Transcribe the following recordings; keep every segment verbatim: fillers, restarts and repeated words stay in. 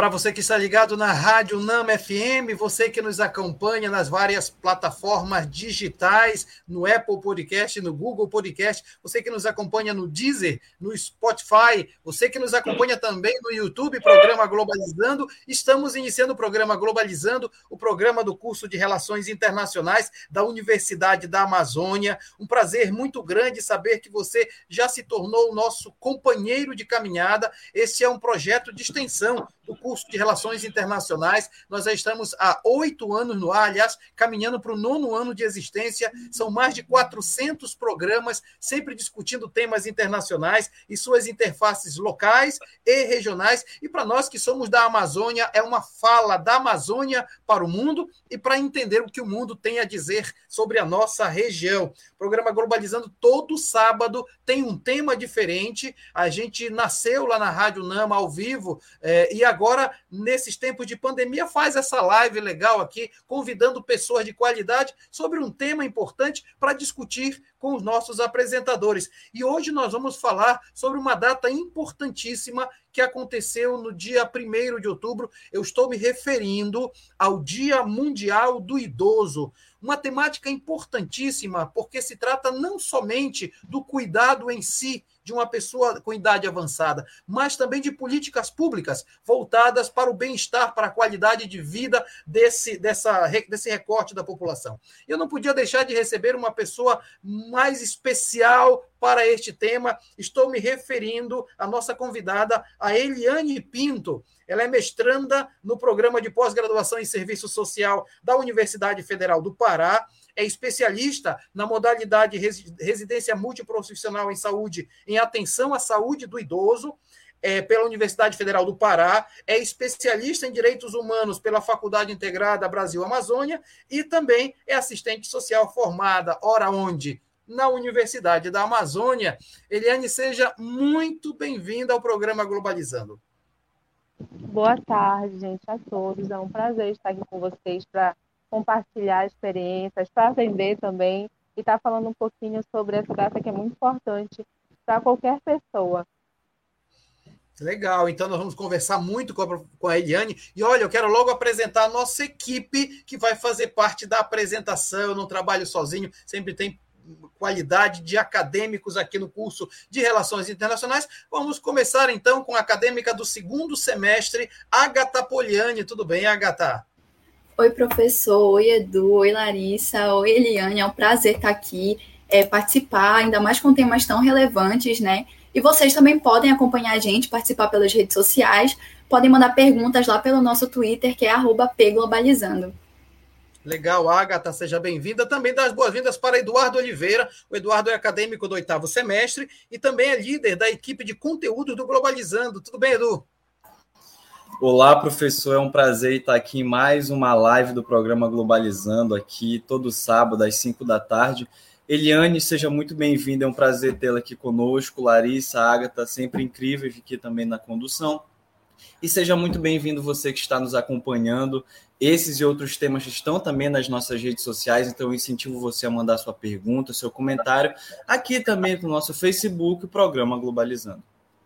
Para você que está ligado na Rádio Nama F M, você que nos acompanha nas várias plataformas digitais, no Apple Podcast, no Google Podcast, você que nos acompanha no Deezer, no Spotify, você que nos acompanha também no YouTube, programa Globalizando. Estamos iniciando o programa Globalizando, o programa do curso de Relações Internacionais da Universidade da Amazônia. Um prazer muito grande saber que você já se tornou o nosso companheiro de caminhada. Esse é um projeto de extensão do curso de Relações Internacionais. Nós já estamos há oito anos no ar, aliás, caminhando para o nono ano de existência. São mais de quatrocentos programas, sempre discutindo temas internacionais e suas interfaces locais e regionais. E para nós que somos da Amazônia, é uma fala da Amazônia para o mundo e para entender o que o mundo tem a dizer sobre a nossa região. Programa Globalizando todo sábado tem um tema diferente. A gente nasceu lá na Rádio Nama ao vivo é, e agora, nesses tempos de pandemia, faz essa live legal aqui, convidando pessoas de qualidade sobre um tema importante para discutir com os nossos apresentadores. E hoje nós vamos falar sobre uma data importantíssima que aconteceu no dia primeiro de outubro. Eu estou me referindo ao Dia Mundial do Idoso. Uma temática importantíssima, porque se trata não somente do cuidado em si de uma pessoa com idade avançada, mas também de políticas públicas voltadas para o bem-estar, para a qualidade de vida desse, dessa, desse recorte da população. Eu não podia deixar de receber uma pessoa mais especial para este tema. Estou me referindo à nossa convidada, a Eliane Pinto. Ela é mestranda no programa de pós-graduação em Serviço Social da Universidade Federal do Pará, é especialista na modalidade residência multiprofissional em saúde, em atenção à saúde do idoso, é, pela Universidade Federal do Pará, é especialista em direitos humanos pela Faculdade Integrada Brasil-Amazônia e também é assistente social formada, ora onde? Na Universidade da Amazônia. Eliane, seja muito bem-vinda ao programa Globalizando. Boa tarde, gente, a todos. É um prazer estar aqui com vocês para compartilhar experiências, para aprender também e estar falando um pouquinho sobre essa data que é muito importante para qualquer pessoa. Legal, então nós vamos conversar muito com a, com a Eliane. E olha, eu quero logo apresentar a nossa equipe que vai fazer parte da apresentação. Eu não trabalho sozinho, sempre tem qualidade de acadêmicos aqui no curso de Relações Internacionais. Vamos começar então com a acadêmica do segundo semestre, Agatha Poliani. Tudo bem, Agatha? Oi, professor. Oi, Edu. Oi, Larissa. Oi, Eliane. É um prazer estar aqui, é, participar, ainda mais com temas tão relevantes, né? E vocês também podem acompanhar a gente, participar pelas redes sociais, podem mandar perguntas lá pelo nosso Twitter, que é arroba pglobalizando. Legal, Agatha, seja bem-vinda. Também dá as boas-vindas para Eduardo Oliveira. O Eduardo é acadêmico do oitavo semestre e também é líder da equipe de conteúdo do Globalizando. Tudo bem, Edu? Olá, professor. É um prazer estar aqui em mais uma live do programa Globalizando, aqui todo sábado às cinco da tarde. Eliane, seja muito bem-vinda. É um prazer tê-la aqui conosco. Larissa, Agatha, sempre incríveis aqui também na condução. E seja muito bem-vindo você que está nos acompanhando. Esses e outros temas estão também nas nossas redes sociais, então eu incentivo você a mandar sua pergunta, seu comentário, aqui também no nosso Facebook, o programa Globalizando.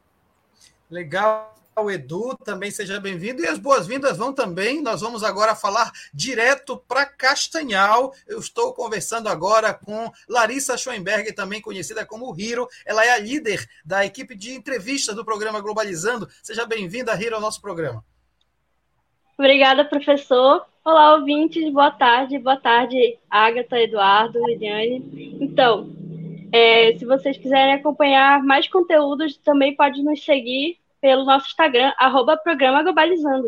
Legal, Edu, também seja bem-vindo. E as boas-vindas vão também, nós vamos agora falar direto para Castanhal. Eu estou conversando agora com Larissa Schoenberg, também conhecida como Hiro. Ela é a líder da equipe de entrevistas do programa Globalizando. Seja bem-vinda, Hiro, ao nosso programa. Obrigada, professor. Olá, ouvintes. Boa tarde. Boa tarde, Agatha, Eduardo, Eliane. Então, é, se vocês quiserem acompanhar mais conteúdos, também pode nos seguir pelo nosso Instagram, arroba Programa Globalizando.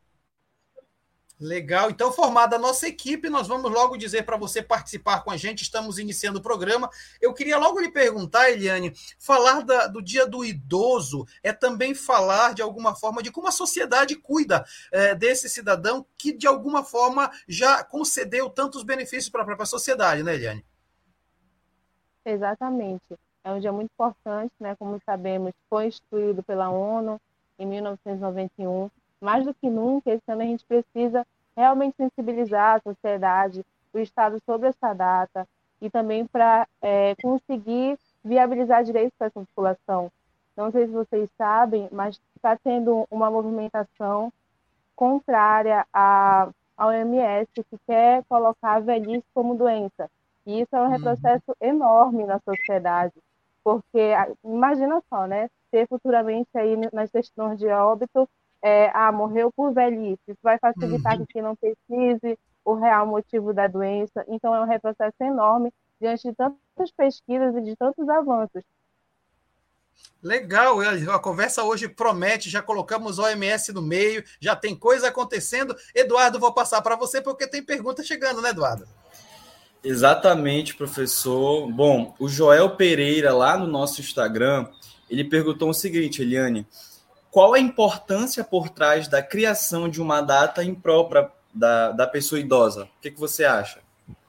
Legal. Então, formada a nossa equipe, nós vamos logo dizer para você participar com a gente. Estamos iniciando o programa. Eu queria logo lhe perguntar, Eliane, falar da, do Dia do Idoso é também falar, de alguma forma, de como a sociedade cuida é, desse cidadão que, de alguma forma, já concedeu tantos benefícios para a própria sociedade, né, Eliane? Exatamente. É um dia muito importante, né? Como sabemos, foi instituído pela ONU em mil novecentos e noventa e um. Mais do que nunca, esse ano a gente precisa realmente sensibilizar a sociedade, o Estado sobre essa data e também para é, conseguir viabilizar direitos para essa população. Não sei se vocês sabem, mas está tendo uma movimentação contrária à, à O M S, que quer colocar a velhice como doença. E isso é um retrocesso enorme na sociedade, porque imagina só, né, ter futuramente aí nas certidões de óbito, é, ah, morreu por velhice, isso vai facilitar uhum. que não pesquise o real motivo da doença. Então é um retrocesso enorme diante de tantas pesquisas e de tantos avanços. Legal, a conversa hoje promete, já colocamos o O M S no meio, já tem coisa acontecendo. Eduardo, vou passar para você porque tem pergunta chegando, né, Eduardo? Exatamente, professor. Bom, o Joel Pereira, lá no nosso Instagram, ele perguntou o seguinte, Eliane, qual a importância por trás da criação de uma data imprópria da, da pessoa idosa? O que, que você acha?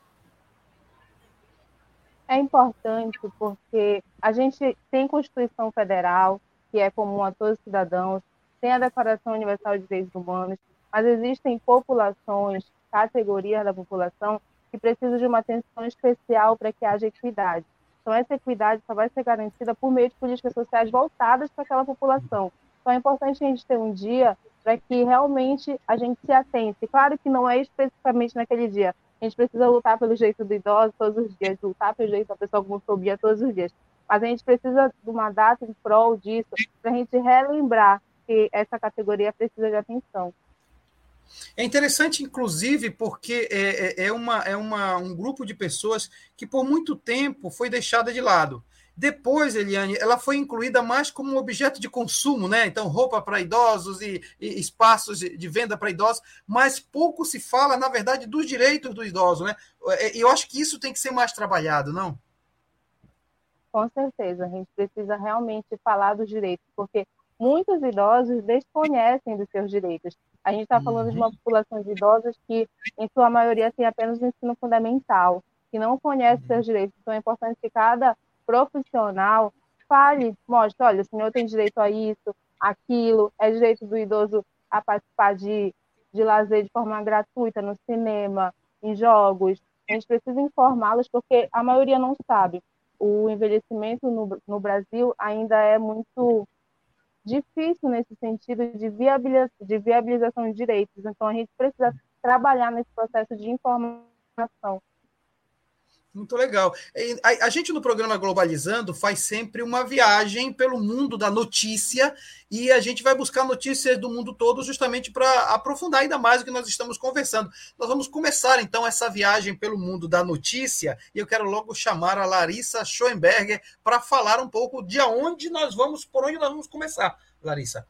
É importante porque a gente tem Constituição Federal, que é comum a todos os cidadãos, tem a Declaração Universal de Direitos Humanos, mas existem populações, categorias da população, que precisam de uma atenção especial para que haja equidade. Então, essa equidade só vai ser garantida por meio de políticas sociais voltadas para aquela população. Então, é importante a gente ter um dia para que realmente a gente se atente. Claro que não é especificamente naquele dia. A gente precisa lutar pelo direito do idoso todos os dias, lutar pelo direito da pessoa com fobia todos os dias. Mas a gente precisa de uma data em prol disso, para a gente relembrar que essa categoria precisa de atenção. É interessante, inclusive, porque é, é, uma, é uma, um grupo de pessoas que por muito tempo foi deixada de lado. Depois, Eliane, ela foi incluída mais como um objeto de consumo, né? Então, roupa para idosos e, e espaços de, de venda para idosos, mas pouco se fala, na verdade, dos direitos do idoso, né? E eu acho que isso tem que ser mais trabalhado, não? Com certeza, a gente precisa realmente falar dos direitos, porque muitos idosos desconhecem dos seus direitos. A gente está falando uhum. de uma população de idosos que, em sua maioria, tem apenas o ensino fundamental, que não conhece uhum. seus direitos. Então, é importante que cada profissional fale, mostre, olha, o senhor tem direito a isso, aquilo, é direito do idoso a participar de, de lazer de forma gratuita no cinema, em jogos. A gente precisa informá-los, porque a maioria não sabe. O envelhecimento no, no Brasil ainda é muito difícil nesse sentido de, viabiliza, de viabilização de direitos. Então, a gente precisa trabalhar nesse processo de informação. Muito legal. A, a gente no programa Globalizando faz sempre uma viagem pelo mundo da notícia e a gente vai buscar notícias do mundo todo justamente para aprofundar ainda mais o que nós estamos conversando. Nós vamos começar então essa viagem pelo mundo da notícia e eu quero logo chamar a Larissa Schoenberger para falar um pouco de onde nós vamos, por onde nós vamos começar, Larissa.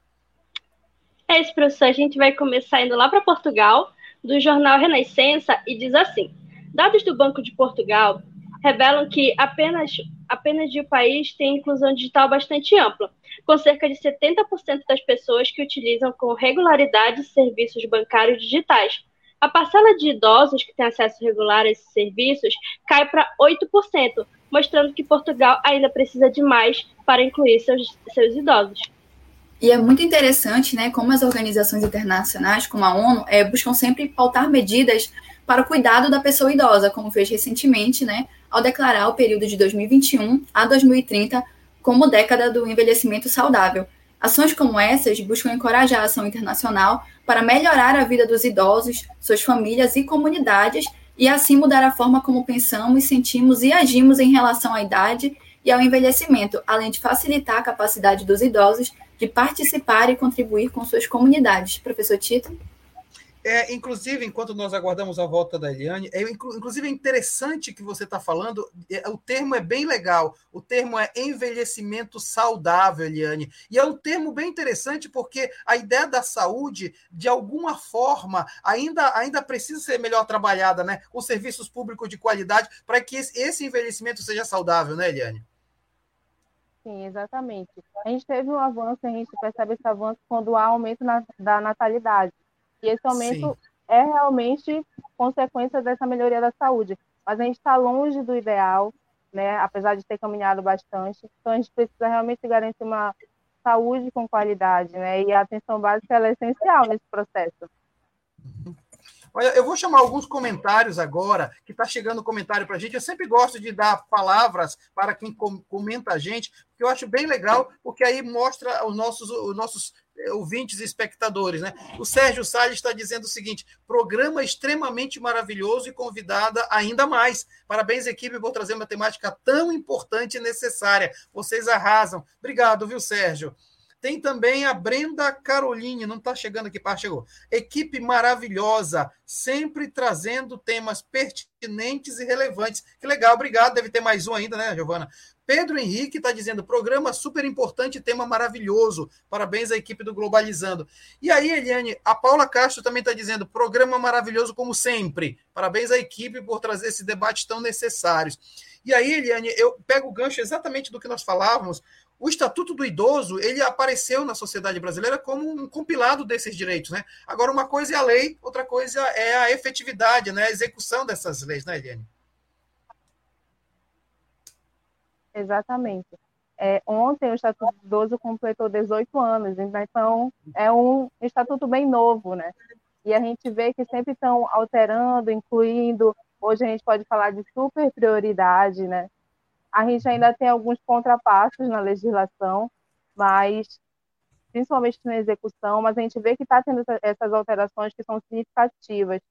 É isso, professor. A gente vai começar indo lá para Portugal, do jornal Renascença, e diz assim: dados do Banco de Portugal revelam que apenas, apenas de o país tem inclusão digital bastante ampla, com cerca de setenta por cento das pessoas que utilizam com regularidade serviços bancários digitais. A parcela de idosos que tem acesso regular a esses serviços cai para oito por cento, mostrando que Portugal ainda precisa de mais para incluir seus, seus idosos. E é muito interessante, né, como as organizações internacionais, como a ONU, é, buscam sempre pautar medidas para o cuidado da pessoa idosa, como fez recentemente, né, ao declarar o período de dois mil e vinte e um a dois mil e trinta como década do envelhecimento saudável. Ações como essas buscam encorajar a ação internacional para melhorar a vida dos idosos, suas famílias e comunidades, e assim mudar a forma como pensamos, sentimos e agimos em relação à idade e ao envelhecimento, além de facilitar a capacidade dos idosos de participar e contribuir com suas comunidades. Professor Tito? É, inclusive, enquanto nós aguardamos a volta da Eliane, é, inclusive é interessante que você está falando, é, o termo é bem legal, o termo é envelhecimento saudável, Eliane, e é um termo bem interessante porque a ideia da saúde, de alguma forma, ainda, ainda precisa ser melhor trabalhada, né, com serviços públicos de qualidade, para que esse, esse envelhecimento seja saudável, né, Eliane? Sim, exatamente. A gente teve um avanço, a gente percebe esse avanço quando há aumento na, da natalidade. E esse aumento Sim. é realmente consequência dessa melhoria da saúde. Mas a gente está longe do ideal, né? Apesar de ter caminhado bastante. Então, a gente precisa realmente garantir uma saúde com qualidade, né? E a atenção básica ela é essencial nesse processo. Olha, eu vou chamar alguns comentários agora, que está chegando comentário para a gente. Eu sempre gosto de dar palavras para quem com, comenta a gente, porque eu acho bem legal, porque aí mostra os nossos, os nossos ouvintes e espectadores, né? O Sérgio Salles está dizendo o seguinte: programa extremamente maravilhoso e convidada ainda mais. Parabéns, equipe, por trazer uma temática tão importante e necessária. Vocês arrasam. Obrigado, viu, Sérgio? Tem também a Brenda Caroline, não está chegando aqui, pá, chegou. Equipe maravilhosa, sempre trazendo temas pertinentes e relevantes. Que legal, obrigado. Deve ter mais um ainda, né, Giovana? Pedro Henrique está dizendo, programa super importante, tema maravilhoso. Parabéns à equipe do Globalizando. E aí, Eliane, a Paula Castro também está dizendo, programa maravilhoso como sempre. Parabéns à equipe por trazer esse debate tão necessários. E aí, Eliane, eu pego o gancho exatamente do que nós falávamos. O Estatuto do Idoso, ele apareceu na sociedade brasileira como um compilado desses direitos, né? Agora, uma coisa é a lei, outra coisa é a efetividade, né? A execução dessas leis, né, Eliane? Exatamente. É, ontem o Estatuto do Idoso completou dezoito anos, então é um estatuto bem novo, né? E a gente vê que sempre estão alterando, incluindo, hoje a gente pode falar de super prioridade, né? A gente ainda tem alguns contrapassos na legislação, mas principalmente na execução, mas a gente vê que está tendo essas alterações que são significativas.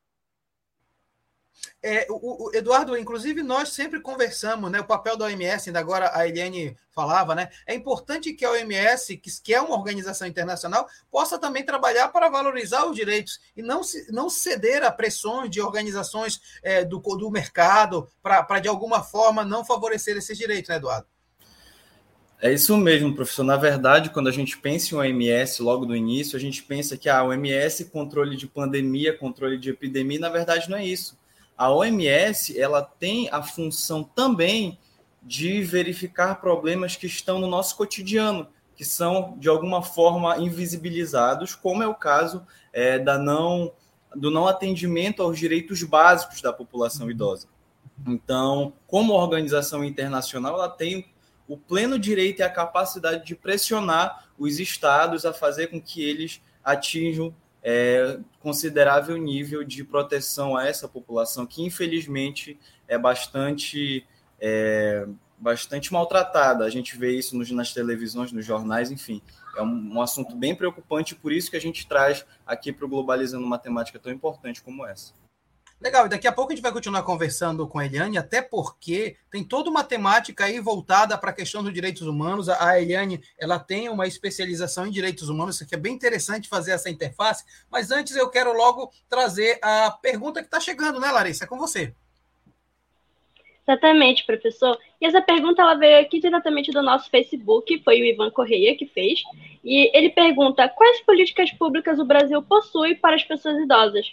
É, o, o Eduardo, inclusive nós sempre conversamos, né, o papel da O M S, ainda agora a Eliane falava, né, é importante que a O M S, que, que é uma organização internacional, possa também trabalhar para valorizar os direitos e não, se, não ceder a pressões de organizações é, do, do mercado para, de alguma forma, não favorecer esses direitos, né, Eduardo? É isso mesmo, professor. Na verdade, quando a gente pensa em O M S logo no início, a gente pensa que a O M S, controle de pandemia, controle de epidemia, na verdade não é isso. A O M S, ela tem a função também de verificar problemas que estão no nosso cotidiano, que são, de alguma forma, invisibilizados, como é o caso é, da não, do não atendimento aos direitos básicos da população idosa. Então, como organização internacional, ela tem o pleno direito e a capacidade de pressionar os estados a fazer com que eles atinjam É, considerável nível de proteção a essa população, que infelizmente é bastante, é, bastante maltratada. A gente vê isso nos, nas televisões, nos jornais, enfim. É um, um assunto bem preocupante, por isso que a gente traz aqui para o Globalizando uma temática tão importante como essa. Legal, e daqui a pouco a gente vai continuar conversando com a Eliane, até porque tem toda uma temática aí voltada para a questão dos direitos humanos. A Eliane, ela tem uma especialização em direitos humanos, isso aqui é bem interessante fazer essa interface, mas antes eu quero logo trazer a pergunta que está chegando, né, Larissa? É com você. Exatamente, professor. E essa pergunta ela veio aqui diretamente do nosso Facebook, foi o Ivan Correia que fez, e ele pergunta, quais políticas públicas o Brasil possui para as pessoas idosas?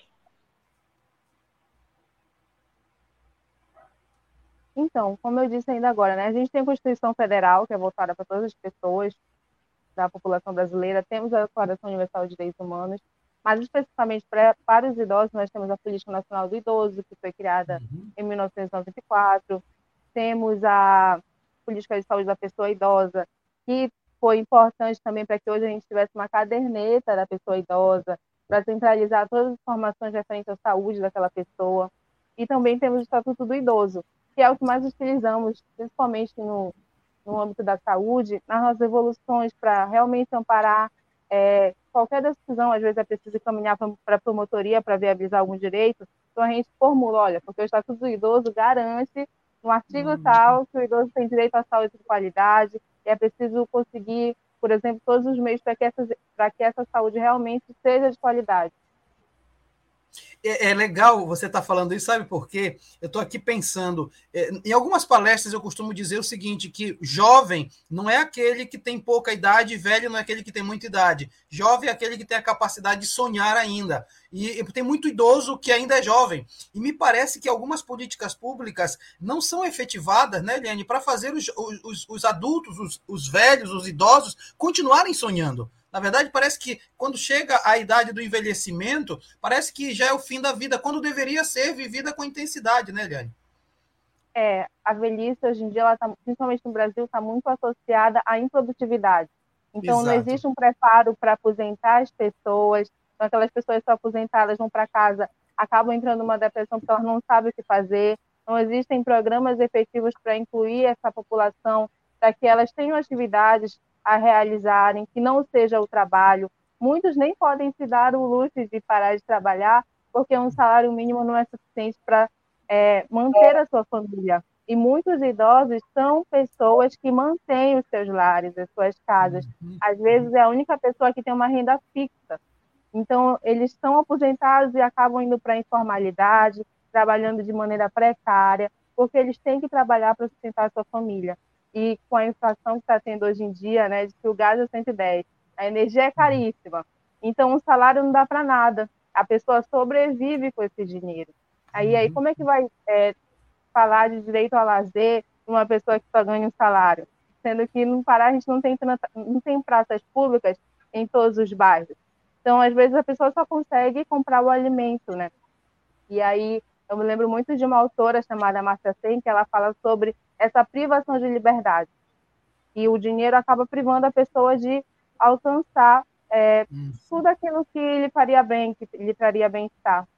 Então, como eu disse ainda agora, né, a gente tem a Constituição Federal, que é voltada para todas as pessoas da população brasileira, temos a Declaração Universal de Direitos Humanos, mas especificamente para, para os idosos, nós temos a Política Nacional do Idoso, que foi criada uhum. em mil novecentos e noventa e quatro, temos a Política de Saúde da Pessoa Idosa, que foi importante também para que hoje a gente tivesse uma caderneta da pessoa idosa, para centralizar todas as informações referentes à saúde daquela pessoa, e também temos o Estatuto do Idoso, que é o que mais utilizamos, principalmente no, no âmbito da saúde, nas evoluções para realmente amparar é, qualquer decisão. Às vezes é preciso caminhar para a promotoria para viabilizar algum direito, então a gente formula, olha, porque o Estatuto do Idoso garante, no artigo hum. tal, que o idoso tem direito à saúde de qualidade, e é preciso conseguir, por exemplo, todos os meios para que, essa, para que essa saúde realmente seja de qualidade. É, é legal você estar tá falando isso, sabe por quê? Eu estou aqui pensando, é, em algumas palestras eu costumo dizer o seguinte, que jovem não é aquele que tem pouca idade, velho não é aquele que tem muita idade. Jovem é aquele que tem a capacidade de sonhar ainda. E, e tem muito idoso que ainda é jovem. E me parece que algumas políticas públicas não são efetivadas, né, Eliane, para fazer os, os, os adultos, os, os velhos, os idosos continuarem sonhando. Na verdade, parece que quando chega a idade do envelhecimento, parece que já é o fim da vida, quando deveria ser vivida com intensidade, né, Eliane? É, a velhice, hoje em dia, ela tá, principalmente no Brasil, está muito associada à improdutividade. Então, Exato. Não existe um preparo para aposentar as pessoas. Então, aquelas pessoas que são aposentadas, vão para casa, acabam entrando numa depressão porque elas não sabem o que fazer. Não existem programas efetivos para incluir essa população, para que elas tenham atividades. a realizarem, que não seja o trabalho. Muitos nem podem se dar o luxo de parar de trabalhar, porque um salário mínimo não é suficiente para é, manter a sua família. E muitos idosos são pessoas que mantêm os seus lares, as suas casas. Às vezes é a única pessoa que tem uma renda fixa. Então, eles estão aposentados e acabam indo para a informalidade, trabalhando de maneira precária, porque eles têm que trabalhar para sustentar a sua família. E com a inflação que está tendo hoje em dia, né, de que o gás é cento e dez, a energia é caríssima. Então, o salário não dá para nada. A pessoa sobrevive com esse dinheiro. Aí, aí como é que vai é, falar de direito ao lazer uma pessoa que só ganha um salário? Sendo que no Pará a gente não tem, não tem praças públicas em todos os bairros. Então, às vezes, a pessoa só consegue comprar o alimento, né? E aí, eu me lembro muito de uma autora chamada Márcia Sen, que ela fala sobre essa privação de liberdade. E o dinheiro acaba privando a pessoa de alcançar é, tudo aquilo que lhe faria bem, que lhe traria bem-estar.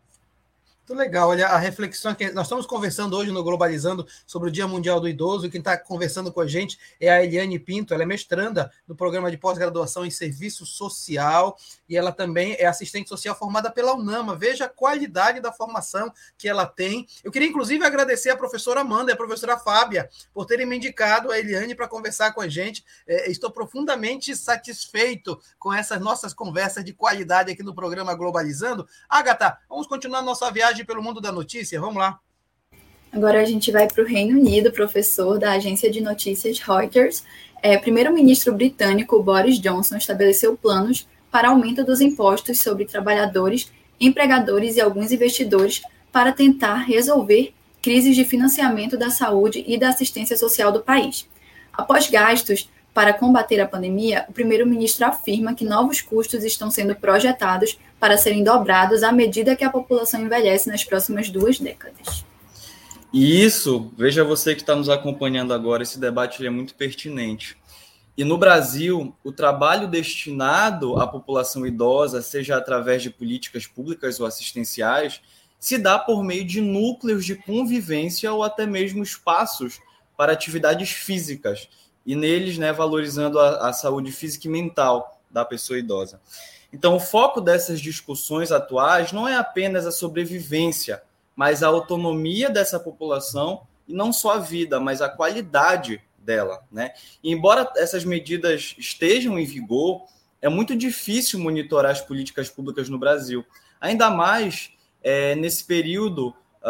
Muito legal, olha, a reflexão que nós estamos conversando hoje no Globalizando sobre o Dia Mundial do Idoso, e quem está conversando com a gente é a Eliane Pinto, ela é mestranda no programa de pós-graduação em Serviço Social, e ela também é assistente social formada pela UNAMA. Veja a qualidade da formação que ela tem. Eu queria, inclusive, agradecer a professora Amanda e a professora Fábia por terem me indicado a Eliane para conversar com a gente. É, estou profundamente satisfeito com essas nossas conversas de qualidade aqui no programa Globalizando. Agatha, vamos continuar nossa viagem pelo mundo da notícia, vamos lá. Agora a gente vai para o Reino Unido, professor da agência de notícias Reuters. É, primeiro-ministro britânico Boris Johnson estabeleceu planos para aumento dos impostos sobre trabalhadores, empregadores e alguns investidores para tentar resolver crises de financiamento da saúde e da assistência social do país. Após gastos para combater a pandemia, o primeiro-ministro afirma que novos custos estão sendo projetados para serem dobrados à medida que a população envelhece nas próximas duas décadas. E isso, veja você que está nos acompanhando agora, esse debate ele é muito pertinente. E no Brasil, o trabalho destinado à população idosa, seja através de políticas públicas ou assistenciais, se dá por meio de núcleos de convivência ou até mesmo espaços para atividades físicas, e neles, né, valorizando a, a saúde física e mental da pessoa idosa. Então, o foco dessas discussões atuais não é apenas a sobrevivência, mas a autonomia dessa população, e não só a vida, mas a qualidade dela, né? E embora essas medidas estejam em vigor, é muito difícil monitorar as políticas públicas no Brasil. Ainda mais é, nesse período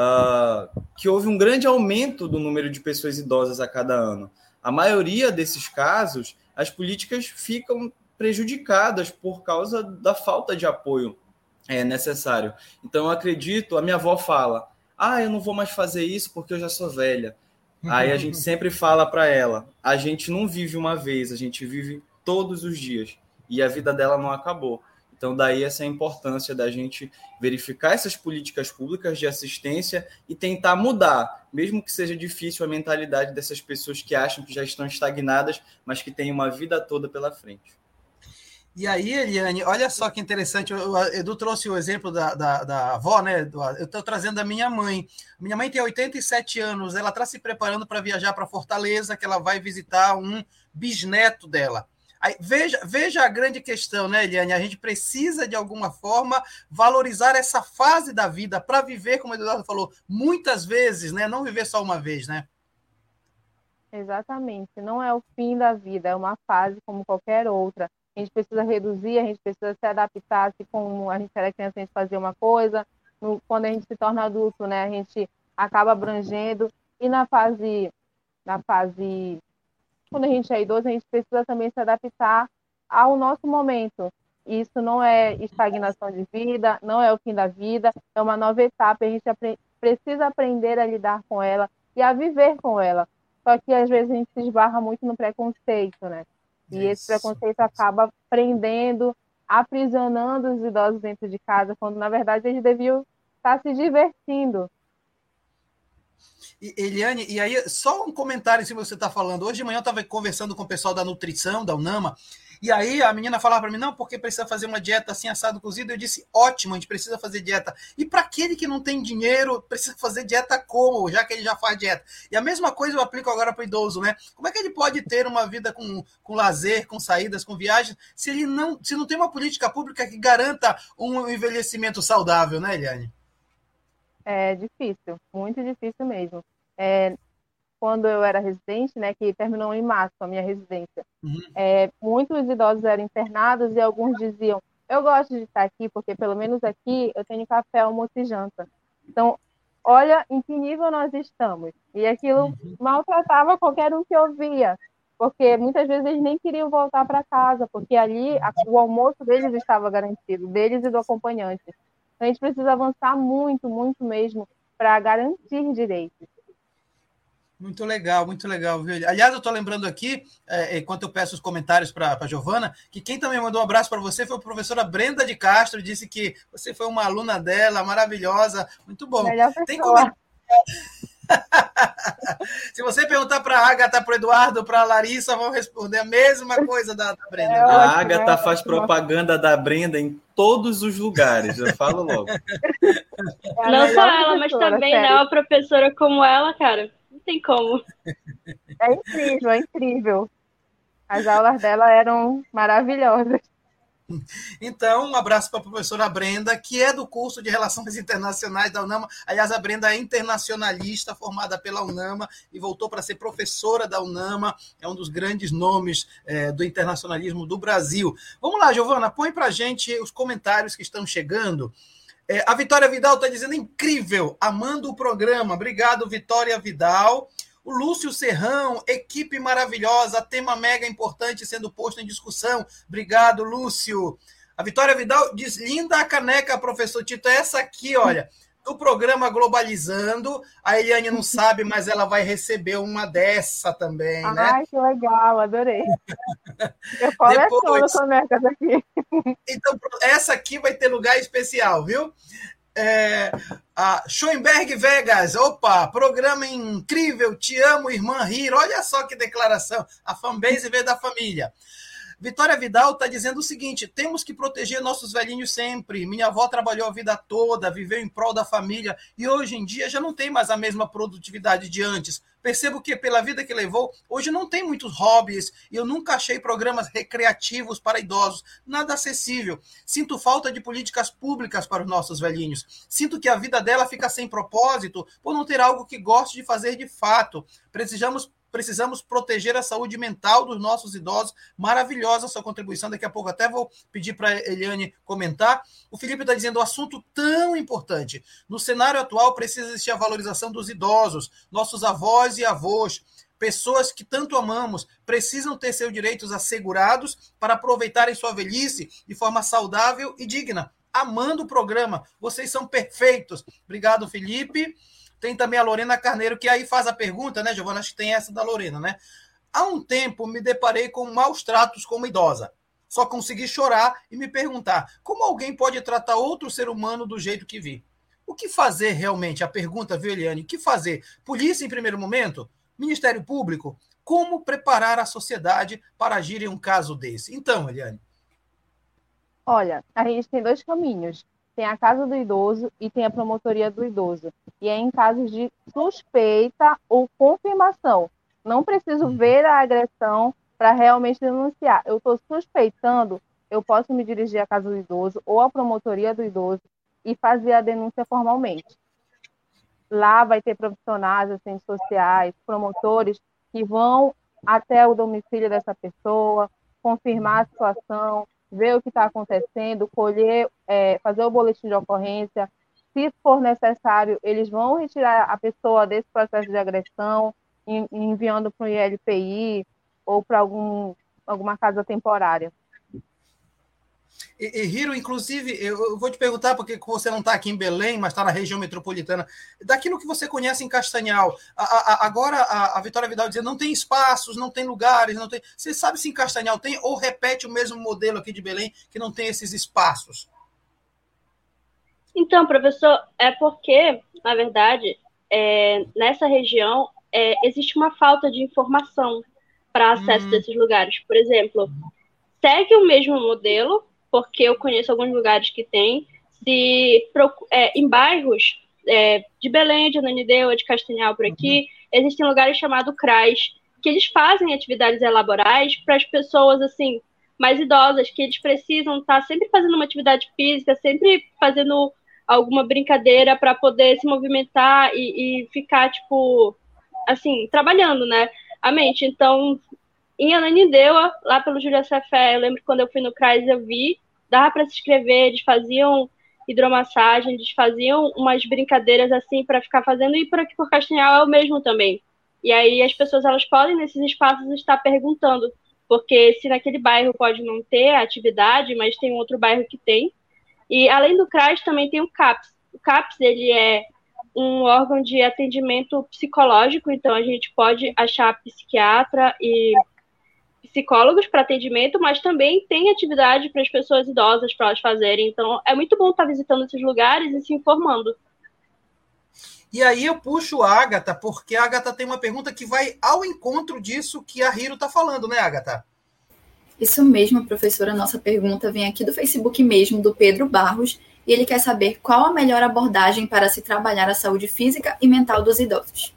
uh, que houve um grande aumento do número de pessoas idosas a cada ano. A maioria desses casos, as políticas ficam prejudicadas por causa da falta de apoio é, necessário. Então, eu acredito, a minha avó fala, ah, eu não vou mais fazer isso porque eu já sou velha. Aí a gente sempre fala para ela, a gente não vive uma vez, a gente vive todos os dias. E a vida dela não acabou. Então, daí essa importância da gente verificar essas políticas públicas de assistência e tentar mudar, mesmo que seja difícil a mentalidade dessas pessoas que acham que já estão estagnadas, mas que têm uma vida toda pela frente. E aí, Eliane, olha só que interessante, o Edu trouxe o exemplo da, da, da avó, né? Eu estou trazendo da minha mãe. Minha mãe tem oitenta e sete anos, ela está se preparando para viajar para Fortaleza, que ela vai visitar um bisneto dela. Aí, veja, veja a grande questão, né, Eliane? A gente precisa, de alguma forma, valorizar essa fase da vida para viver, como o Eduardo falou, muitas vezes, né? Não viver só uma vez, né? Exatamente. Não é o fim da vida, é uma fase como qualquer outra. A gente precisa reduzir, a gente precisa se adaptar, assim como a gente era criança, a gente fazia uma coisa, no, quando a gente se torna adulto, né, a gente acaba abrangendo, e na fase, na fase, quando a gente é idoso, a gente precisa também se adaptar ao nosso momento. Isso não é estagnação de vida, não é o fim da vida, é uma nova etapa, a gente apre- precisa aprender a lidar com ela e a viver com ela. Só que às vezes a gente se esbarra muito no preconceito, né? E esse preconceito acaba prendendo, aprisionando os idosos dentro de casa, quando, na verdade, eles deviam estar se divertindo. E, Eliane, e aí, só um comentário em cima do que você está falando. Hoje de manhã eu estava conversando com o pessoal da nutrição, da UNAMA, E aí a menina falava para mim, não, porque precisa fazer uma dieta assim, assado, cozido. Eu disse, ótimo, a gente precisa fazer dieta. E para aquele que não tem dinheiro, precisa fazer dieta como? Já que ele já faz dieta. E a mesma coisa eu aplico agora para o idoso, né? Como é que ele pode ter uma vida com, com lazer, com saídas, com viagens, se ele não, se não tem uma política pública que garanta um envelhecimento saudável, né, Eliane? É difícil, muito difícil mesmo. É, quando eu era residente, né, que terminou em março a minha residência, uhum. é, muitos idosos eram internados e alguns diziam, eu gosto de estar aqui porque pelo menos aqui eu tenho café, almoço e janta. Então, olha em que nível nós estamos. E aquilo uhum. maltratava qualquer um que ouvia, porque muitas vezes eles nem queriam voltar para casa, porque ali a, o almoço deles estava garantido, deles e do acompanhante. Então, a gente precisa avançar muito, muito mesmo para garantir direitos. Muito legal, muito legal, viu? Aliás, eu estou lembrando aqui, é, enquanto eu peço os comentários para a Giovana, que quem também mandou um abraço para você foi a professora Brenda de Castro, disse que você foi uma aluna dela, maravilhosa, muito bom. Melhor Tem comentário. Se você perguntar para a Agatha, para o Eduardo, para a Larissa, vão responder a mesma coisa da, da Brenda. É, a Agatha faz propaganda da Brenda em todos os lugares, eu falo logo. É Não só ela, mas também né, uma professora como ela, cara. Não tem como. É incrível, é incrível. As aulas dela eram maravilhosas. Então, um abraço para a professora Brenda, que é do curso de Relações Internacionais da UNAMA. Aliás, a Brenda é internacionalista, formada pela UNAMA, e voltou para ser professora da UNAMA. É um dos grandes nomes é, do internacionalismo do Brasil. Vamos lá, Giovana, põe para a gente os comentários que estão chegando. É, a Vitória Vidal está dizendo, incrível, amando o programa. Obrigado, Vitória Vidal. O Lúcio Serrão, equipe maravilhosa, tema mega importante sendo posto em discussão. Obrigado, Lúcio. A Vitória Vidal diz, linda a caneca, professor Tito. Essa aqui, olha, do programa Globalizando. A Eliane não sabe, mas ela vai receber uma dessa também, né? Ai, que legal, adorei. Eu coleciono Depois... canecas aqui. Então, essa aqui vai ter lugar especial, viu? É, a Schoenberg Vegas, opa, programa incrível, te amo, irmã Rir, olha só que declaração, a fanbase veio da família. Vitória Vidal está dizendo o seguinte, temos que proteger nossos velhinhos sempre, minha avó trabalhou a vida toda, viveu em prol da família e hoje em dia já não tem mais a mesma produtividade de antes. Percebo que pela vida que levou, hoje não tem muitos hobbies e eu nunca achei programas recreativos para idosos, nada acessível. Sinto falta de políticas públicas para os nossos velhinhos. Sinto que a vida dela fica sem propósito por não ter algo que goste de fazer de fato. Precisamos Precisamos proteger a saúde mental dos nossos idosos. Maravilhosa sua contribuição. Daqui a pouco até vou pedir para a Eliane comentar. O Felipe está dizendo um assunto tão importante. No cenário atual, precisa existir a valorização dos idosos, nossos avós e avós. Pessoas que tanto amamos precisam ter seus direitos assegurados para aproveitarem sua velhice de forma saudável e digna. Amando o programa. Vocês são perfeitos. Obrigado, Felipe. Tem também a Lorena Carneiro, que aí faz a pergunta, né, Giovana? Acho que tem essa da Lorena, né? Há um tempo me deparei com maus tratos como idosa. Só consegui chorar e me perguntar como alguém pode tratar outro ser humano do jeito que vi. O que fazer realmente? A pergunta, viu, Eliane? O que fazer? Polícia em primeiro momento? Ministério Público? Como preparar a sociedade para agir em um caso desse? Então, Eliane. Olha, a gente tem dois caminhos. Tem a Casa do Idoso e tem a Promotoria do Idoso. E é em casos de suspeita ou confirmação. Não preciso ver a agressão para realmente denunciar. Eu estou suspeitando, eu posso me dirigir à Casa do Idoso ou à Promotoria do Idoso e fazer a denúncia formalmente. Lá vai ter profissionais, assistentes sociais, promotores que vão até o domicílio dessa pessoa, confirmar a situação, ver o que está acontecendo, colher, é, fazer o boletim de ocorrência. Se for necessário, eles vão retirar a pessoa desse processo de agressão, enviando para o I L P I ou para algum, alguma casa temporária. E, e Hiro, inclusive, eu vou te perguntar, porque você não está aqui em Belém, mas está na região metropolitana, daquilo que você conhece em Castanhal, a, a, agora a, a Vitória Vidal dizendo, não tem espaços, não tem lugares, não tem... Você sabe se em Castanhal tem, ou repete o mesmo modelo aqui de Belém, que não tem esses espaços? Então, professor, é porque, na verdade, é, nessa região é, existe uma falta de informação para acesso hum. desses lugares. Por exemplo, segue o mesmo modelo, porque eu conheço alguns lugares que tem, se, é, em bairros é, de Belém, de Ananindeua, de Castanhal, por aqui, existem lugares chamados C R A S, que eles fazem atividades laborais para as pessoas, assim, mais idosas, que eles precisam estar sempre fazendo uma atividade física, sempre fazendo alguma brincadeira para poder se movimentar e, e ficar, tipo, assim, trabalhando, né, a mente. Então, em Ananindeua, lá pelo Júlia Cefé, eu lembro que quando eu fui no C R A S eu vi, dava para se inscrever, eles faziam hidromassagem, eles faziam umas brincadeiras assim para ficar fazendo, e por aqui por Castanhal é o mesmo também. E aí as pessoas, elas podem nesses espaços estar perguntando, porque se naquele bairro pode não ter atividade, mas tem um outro bairro que tem. E além do C R A S também tem o CAPS. O CAPS, ele é um órgão de atendimento psicológico, então a gente pode achar psiquiatra e psicólogos para atendimento, mas também tem atividade para as pessoas idosas para elas fazerem. Então, é muito bom estar visitando esses lugares e se informando. E aí eu puxo a Agatha, porque a Agatha tem uma pergunta que vai ao encontro disso que a Hiro está falando, né, Agatha? Isso mesmo, professora. Nossa pergunta vem aqui do Facebook mesmo, do Pedro Barros, e ele quer saber qual a melhor abordagem para se trabalhar a saúde física e mental dos idosos.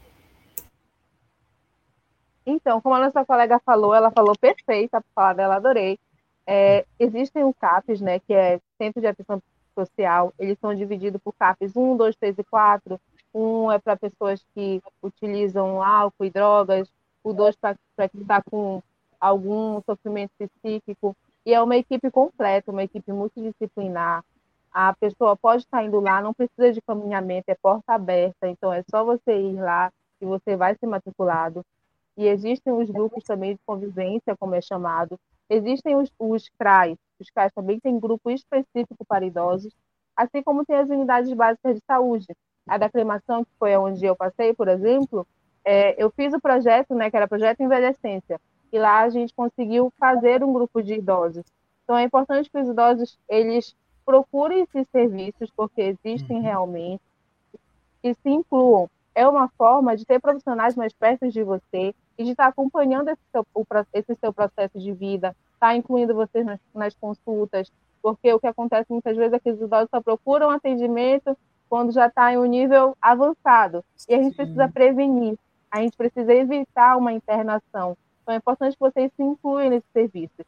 Então, como a nossa colega falou, ela falou perfeita, a fala dela, adorei. É, existem o CAPS, né, que é Centro de Atenção Social, eles são divididos por CAPS um, dois, três e quatro. Um é para pessoas que utilizam álcool e drogas, o dois para quem está com algum sofrimento psíquico, e é uma equipe completa, uma equipe multidisciplinar. A pessoa pode estar indo lá, não precisa de caminhamento, é porta aberta, então é só você ir lá e você vai ser matriculado. E existem os grupos também de convivência, como é chamado. Existem os, os C R A S. Os C R A S também têm grupo específico para idosos, assim como tem as unidades básicas de saúde. A da Aclimação, que foi onde eu passei, por exemplo, é, eu fiz o projeto, né, que era Projeto Envelhecência, e lá a gente conseguiu fazer um grupo de idosos. Então, é importante que os idosos eles procurem esses serviços, porque existem realmente, e se incluam. É uma forma de ter profissionais mais perto de você e de estar acompanhando esse seu, esse seu processo de vida, estar incluindo vocês nas, nas consultas, porque o que acontece muitas vezes é que os idosos só procuram atendimento quando já está em um nível avançado. E a gente precisa prevenir, a gente precisa evitar uma internação. Então é importante que vocês se incluam nesses serviços.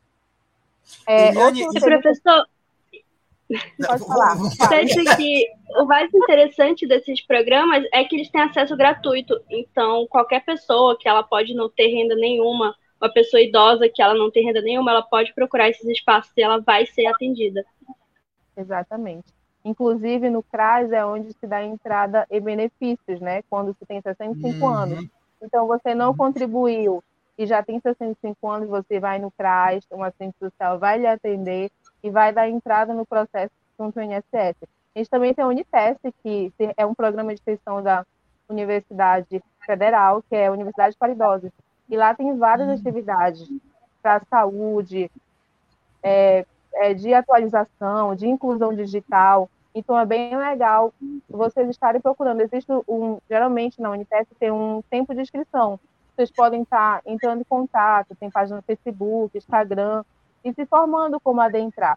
É, Eliane, outro serviço... professor... Pode falar. Acho que o mais interessante desses programas é que eles têm acesso gratuito. Então, qualquer pessoa que ela pode não ter renda nenhuma, uma pessoa idosa que ela não tem renda nenhuma, ela pode procurar esses espaços e ela vai ser atendida. Exatamente. Inclusive, no C R A S é onde se dá entrada e benefícios, né? Quando se tem sessenta e cinco uhum. anos. Então, você não contribuiu e já tem sessenta e cinco anos, você vai no C R A S, uma assistente social vai lhe atender e vai dar entrada no processo junto ao I N S S. A gente também tem a Unitest, que é um programa de extensão da Universidade Federal, que é a Universidade para Idosos. E lá tem várias uhum. atividades para a saúde, é, é, de atualização, de inclusão digital. Então, é bem legal vocês estarem procurando. Existe um, geralmente, na Unitest, tem um tempo de inscrição. Vocês podem estar entrando em contato, tem página no Facebook, Instagram, e se formando como adentrar.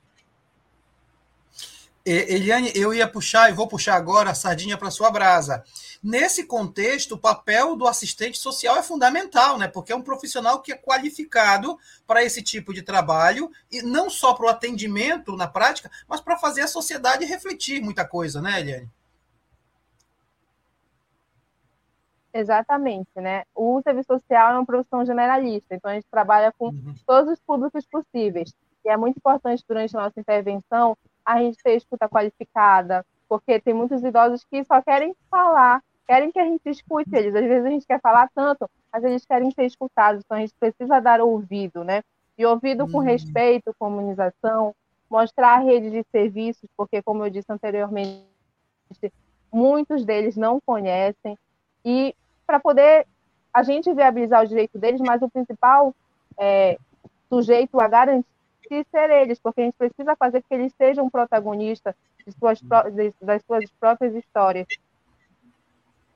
Eliane, eu ia puxar, e vou puxar agora a sardinha para sua brasa. Nesse contexto, o papel do assistente social é fundamental, né? Porque é um profissional que é qualificado para esse tipo de trabalho, e não só para o atendimento na prática, mas para fazer a sociedade refletir muita coisa, né, Eliane? Exatamente, né? O serviço social é uma profissão generalista, então a gente trabalha com uhum. todos os públicos possíveis. E é muito importante, durante a nossa intervenção, a gente ter escuta qualificada, porque tem muitos idosos que só querem falar, querem que a gente escute eles. Às vezes a gente quer falar tanto, mas eles querem ser escutados, então a gente precisa dar ouvido, né? E ouvido uhum. com respeito, com humanização, mostrar a rede de serviços, porque, como eu disse anteriormente, muitos deles não conhecem, e para poder a gente viabilizar o direito deles, mas o principal é, sujeito a garantir ser eles, porque a gente precisa fazer que eles sejam protagonistas de suas, das suas próprias histórias.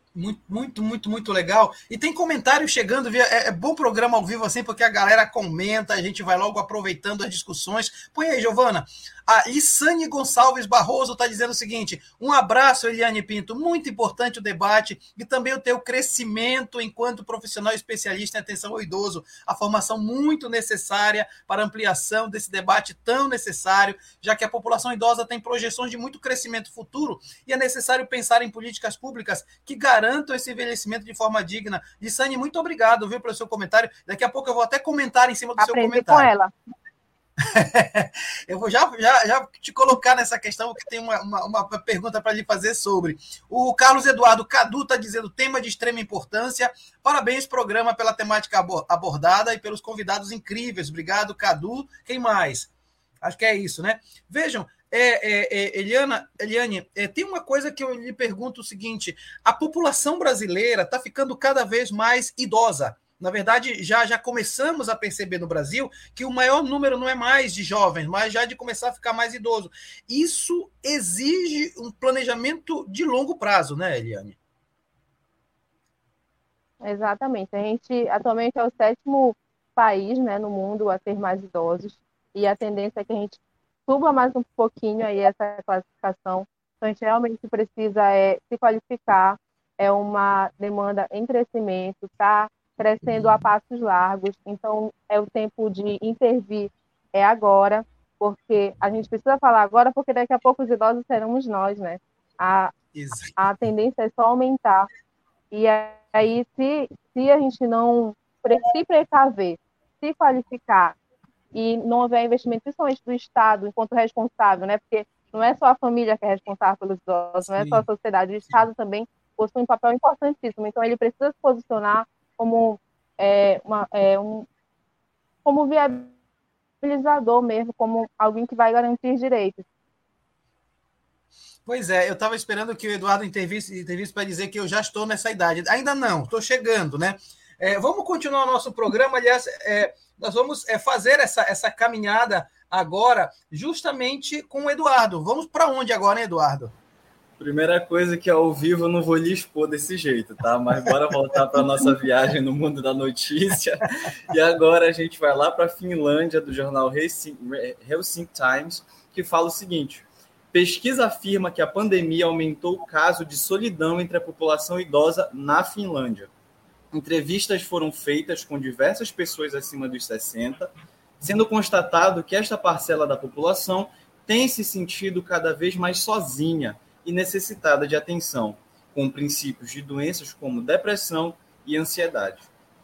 Muito, muito, muito, muito legal. E tem comentário chegando, é, é bom programa ao vivo assim, porque a galera comenta, a gente vai logo aproveitando as discussões. Põe aí, Giovana. A Lissane Gonçalves Barroso está dizendo o seguinte: um abraço, Eliane Pinto, muito importante o debate e também o teu crescimento enquanto profissional especialista em atenção ao idoso, a formação muito necessária para ampliação desse debate tão necessário, já que a população idosa tem projeções de muito crescimento futuro e é necessário pensar em políticas públicas que garantam esse envelhecimento de forma digna. Lissane, muito obrigado, viu, pelo seu comentário. Daqui a pouco eu vou até comentar em cima do Aprendi seu comentário. com ela. Eu vou já, já, já te colocar nessa questão, porque tem uma, uma, uma pergunta para lhe fazer sobre. O Carlos Eduardo Cadu está dizendo: tema de extrema importância. Parabéns, programa, pela temática abordada e pelos convidados incríveis. Obrigado, Cadu. Quem mais? Acho que é isso, né? Vejam, é, é, é, Eliana, Eliane, é, tem uma coisa que eu lhe pergunto o seguinte: a população brasileira está ficando cada vez mais idosa. Na verdade, já, já começamos a perceber no Brasil que o maior número não é mais de jovens, mas já de começar a ficar mais idoso. Isso exige um planejamento de longo prazo, né, Eliane? Exatamente. A gente atualmente é o sétimo país, né, no mundo a ter mais idosos, e a tendência é que a gente suba mais um pouquinho aí essa classificação. Então, a gente realmente precisa é, se qualificar, é uma demanda em crescimento, tá? Crescendo a passos largos, então é o tempo de intervir, é agora, porque a gente precisa falar agora, porque daqui a pouco os idosos seremos nós, né? A, a tendência é só aumentar. E aí, se, se a gente não se precaver, se qualificar e não houver investimento, principalmente do Estado, enquanto responsável, né? Porque não é só a família que é responsável pelos idosos, Sim. não é só a sociedade, o Estado também possui um papel importantíssimo. Então, ele precisa se posicionar como, é, uma, é, um, como viabilizador mesmo, como alguém que vai garantir direitos. Pois é, eu estava esperando que o Eduardo intervisse, intervisse para dizer que eu já estou nessa idade. Ainda não, estou chegando, né? É, vamos continuar o nosso programa. Aliás, é, nós vamos é, fazer essa, essa caminhada agora justamente com o Eduardo. Vamos para onde agora, hein, Eduardo? Primeira coisa que ao vivo eu não vou lhe expor desse jeito, tá? Mas bora voltar para a nossa viagem no mundo da notícia. E agora a gente vai lá para a Finlândia, do jornal Helsinki Times, que fala o seguinte: pesquisa afirma que a pandemia aumentou o caso de solidão entre a população idosa na Finlândia. Entrevistas foram feitas com diversas pessoas acima dos sessenta, sendo constatado que esta parcela da população tem se sentido cada vez mais sozinha e necessitada de atenção, com princípios de doenças como depressão e ansiedade.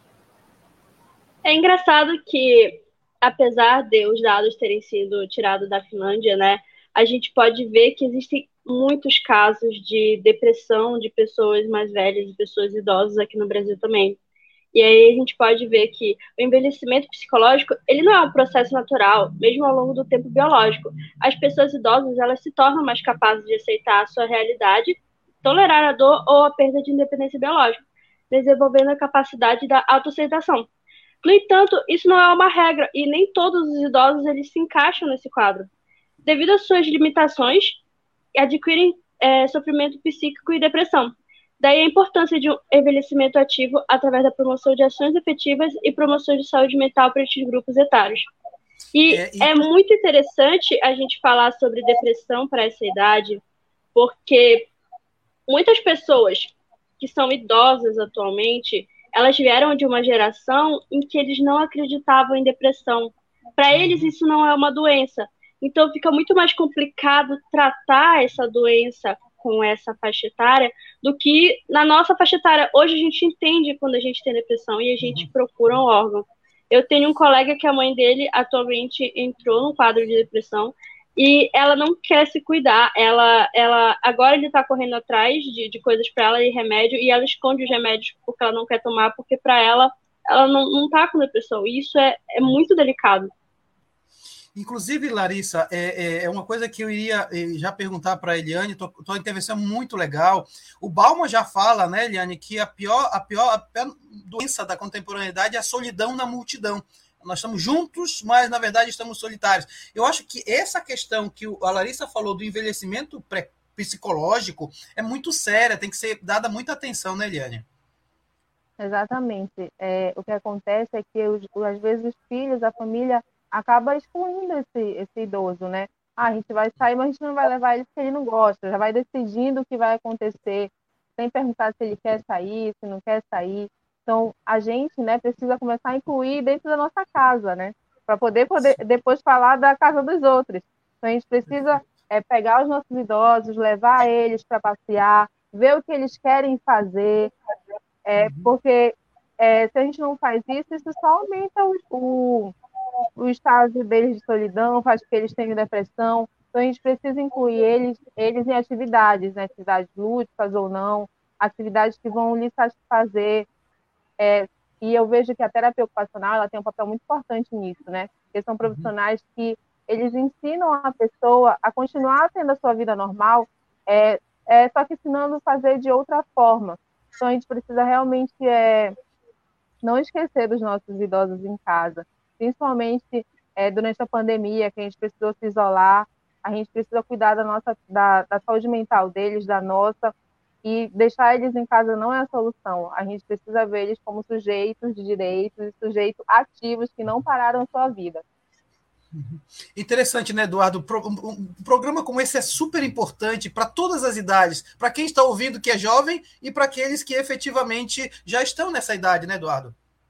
É engraçado que, apesar de os dados terem sido tirados da Finlândia, né, a gente pode ver que existem muitos casos de depressão de pessoas mais velhas e pessoas idosas aqui no Brasil também. E aí a gente pode ver que o envelhecimento psicológico, ele não é um processo natural, mesmo ao longo do tempo biológico. As pessoas idosas, elas se tornam mais capazes de aceitar a sua realidade, tolerar a dor ou a perda de independência biológica, desenvolvendo a capacidade da autoaceitação. No entanto, isso não é uma regra, e nem todos os idosos eles se encaixam nesse quadro. Devido às suas limitações, adquirem é, sofrimento psíquico e depressão. Daí a importância de um envelhecimento ativo através da promoção de ações efetivas e promoção de saúde mental para esses grupos etários. E é, e... é muito interessante a gente falar sobre depressão para essa idade, porque muitas pessoas que são idosas atualmente, elas vieram de uma geração em que eles não acreditavam em depressão. Para eles isso não é uma doença. Então fica muito mais complicado tratar essa doença com essa faixa etária do que na nossa faixa etária. Hoje a gente entende quando a gente tem depressão e a gente procura um órgão. Eu tenho um colega que a mãe dele atualmente entrou no quadro de depressão e ela não quer se cuidar. Ela, ela, agora ele está correndo atrás de, de coisas para ela e remédio, e ela esconde os remédios porque ela não quer tomar, porque para ela, ela não está com depressão. E isso é, é muito delicado. Inclusive, Larissa, é, é uma coisa que eu iria já perguntar para a Eliane, tua intervenção é muito legal. O Bauman já fala, né, Eliane, que a pior, a, pior, a pior doença da contemporaneidade é a solidão na multidão. Nós estamos juntos, mas, na verdade, estamos solitários. Eu acho que essa questão que a Larissa falou do envelhecimento pre, psicológico é muito séria, tem que ser dada muita atenção, né, Eliane? Exatamente. É, o que acontece é que, os, às vezes, os filhos, a família, acaba excluindo esse, esse idoso, né? Ah, a gente vai sair, mas a gente não vai levar ele porque ele não gosta, já vai decidindo o que vai acontecer, sem perguntar se ele quer sair, se não quer sair. Então, a gente, né, precisa começar a incluir dentro da nossa casa, né? Para poder, poder depois falar da casa dos outros. Então, a gente precisa é, pegar os nossos idosos, levar eles para passear, ver o que eles querem fazer, é, porque é, se a gente não faz isso, isso só aumenta o, o, o estágio deles de solidão, faz com que eles tenham depressão. Então, a gente precisa incluir eles, eles em atividades, né? Atividades lúdicas ou não, atividades que vão lhes satisfazer. É, e eu vejo que a terapia ocupacional ela tem um papel muito importante nisso, né? Porque são profissionais que eles ensinam a pessoa a continuar tendo a sua vida normal, é, é, só que ensinando a fazer de outra forma. Então, a gente precisa realmente é, não esquecer dos nossos idosos em casa, principalmente é, durante a pandemia, que a gente precisou se isolar, a gente precisa cuidar da, nossa, da, da saúde mental deles, da nossa, e deixar eles em casa não é a solução. A gente precisa ver eles como sujeitos de direitos e sujeitos ativos que não pararam a sua vida. Interessante, né, Eduardo? Um programa como esse é super importante para todas as idades, para quem está ouvindo que é jovem e para aqueles que efetivamente já estão nessa idade, né, Eduardo?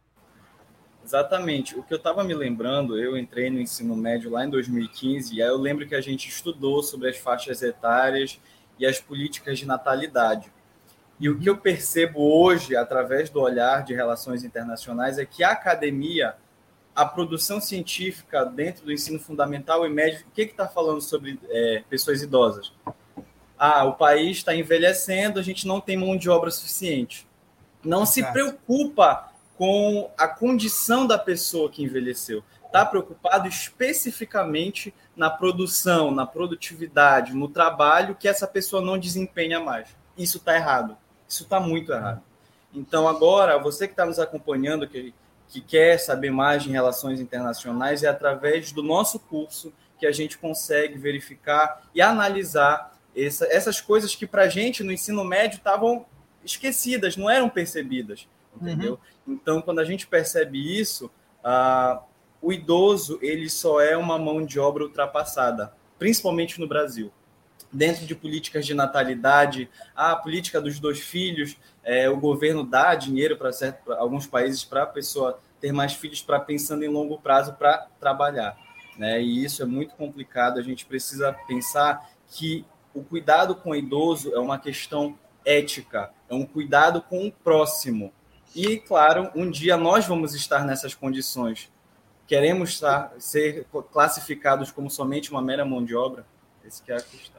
Exatamente. O que eu estava me lembrando, eu entrei no ensino médio lá em dois mil e quinze, e aí eu lembro que a gente estudou sobre as faixas etárias e as políticas de natalidade. E o que eu percebo hoje, através do olhar de relações internacionais, é que a academia, a produção científica dentro do ensino fundamental e médio, o que está falando sobre é, pessoas idosas? Ah, o país está envelhecendo, a gente não tem mão de obra suficiente. Não Exato. Se preocupa com a condição da pessoa que envelheceu. Está preocupado especificamente na produção, na produtividade, no trabalho que essa pessoa não desempenha mais. Isso está errado. Isso está muito errado. Então, agora, você que está nos acompanhando, que que quer saber mais de relações internacionais, é através do nosso curso que a gente consegue verificar e analisar essa, essas coisas que, para a gente, no ensino médio, estavam esquecidas, não eram percebidas, entendeu? Uhum. Então, quando a gente percebe isso, ah, o idoso ele só é uma mão de obra ultrapassada, principalmente no Brasil. Dentro de políticas de natalidade, a política dos dois filhos, é, o governo dá dinheiro para alguns países para a pessoa ter mais filhos, para pensando em longo prazo para trabalhar, né? E isso é muito complicado. A gente precisa pensar que o cuidado com o idoso é uma questão ética, é um cuidado com o próximo. E, claro, um dia nós vamos estar nessas condições. Queremos estar, ser classificados como somente uma mera mão de obra? Essa que é a questão.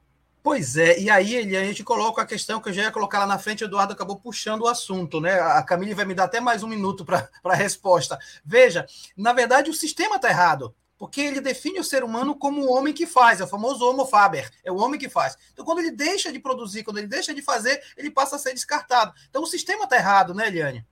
Pois é, e aí, Eliane, a gente coloca a questão que eu já ia colocar lá na frente, o Eduardo acabou puxando o assunto, né? A Camille vai me dar até mais um minuto para a resposta. Veja, na verdade, o sistema está errado, porque ele define o ser humano como o homem que faz, é o famoso homo faber, é o homem que faz. Então, quando ele deixa de produzir, quando ele deixa de fazer, ele passa a ser descartado. Então, o sistema está errado, né, Eliane?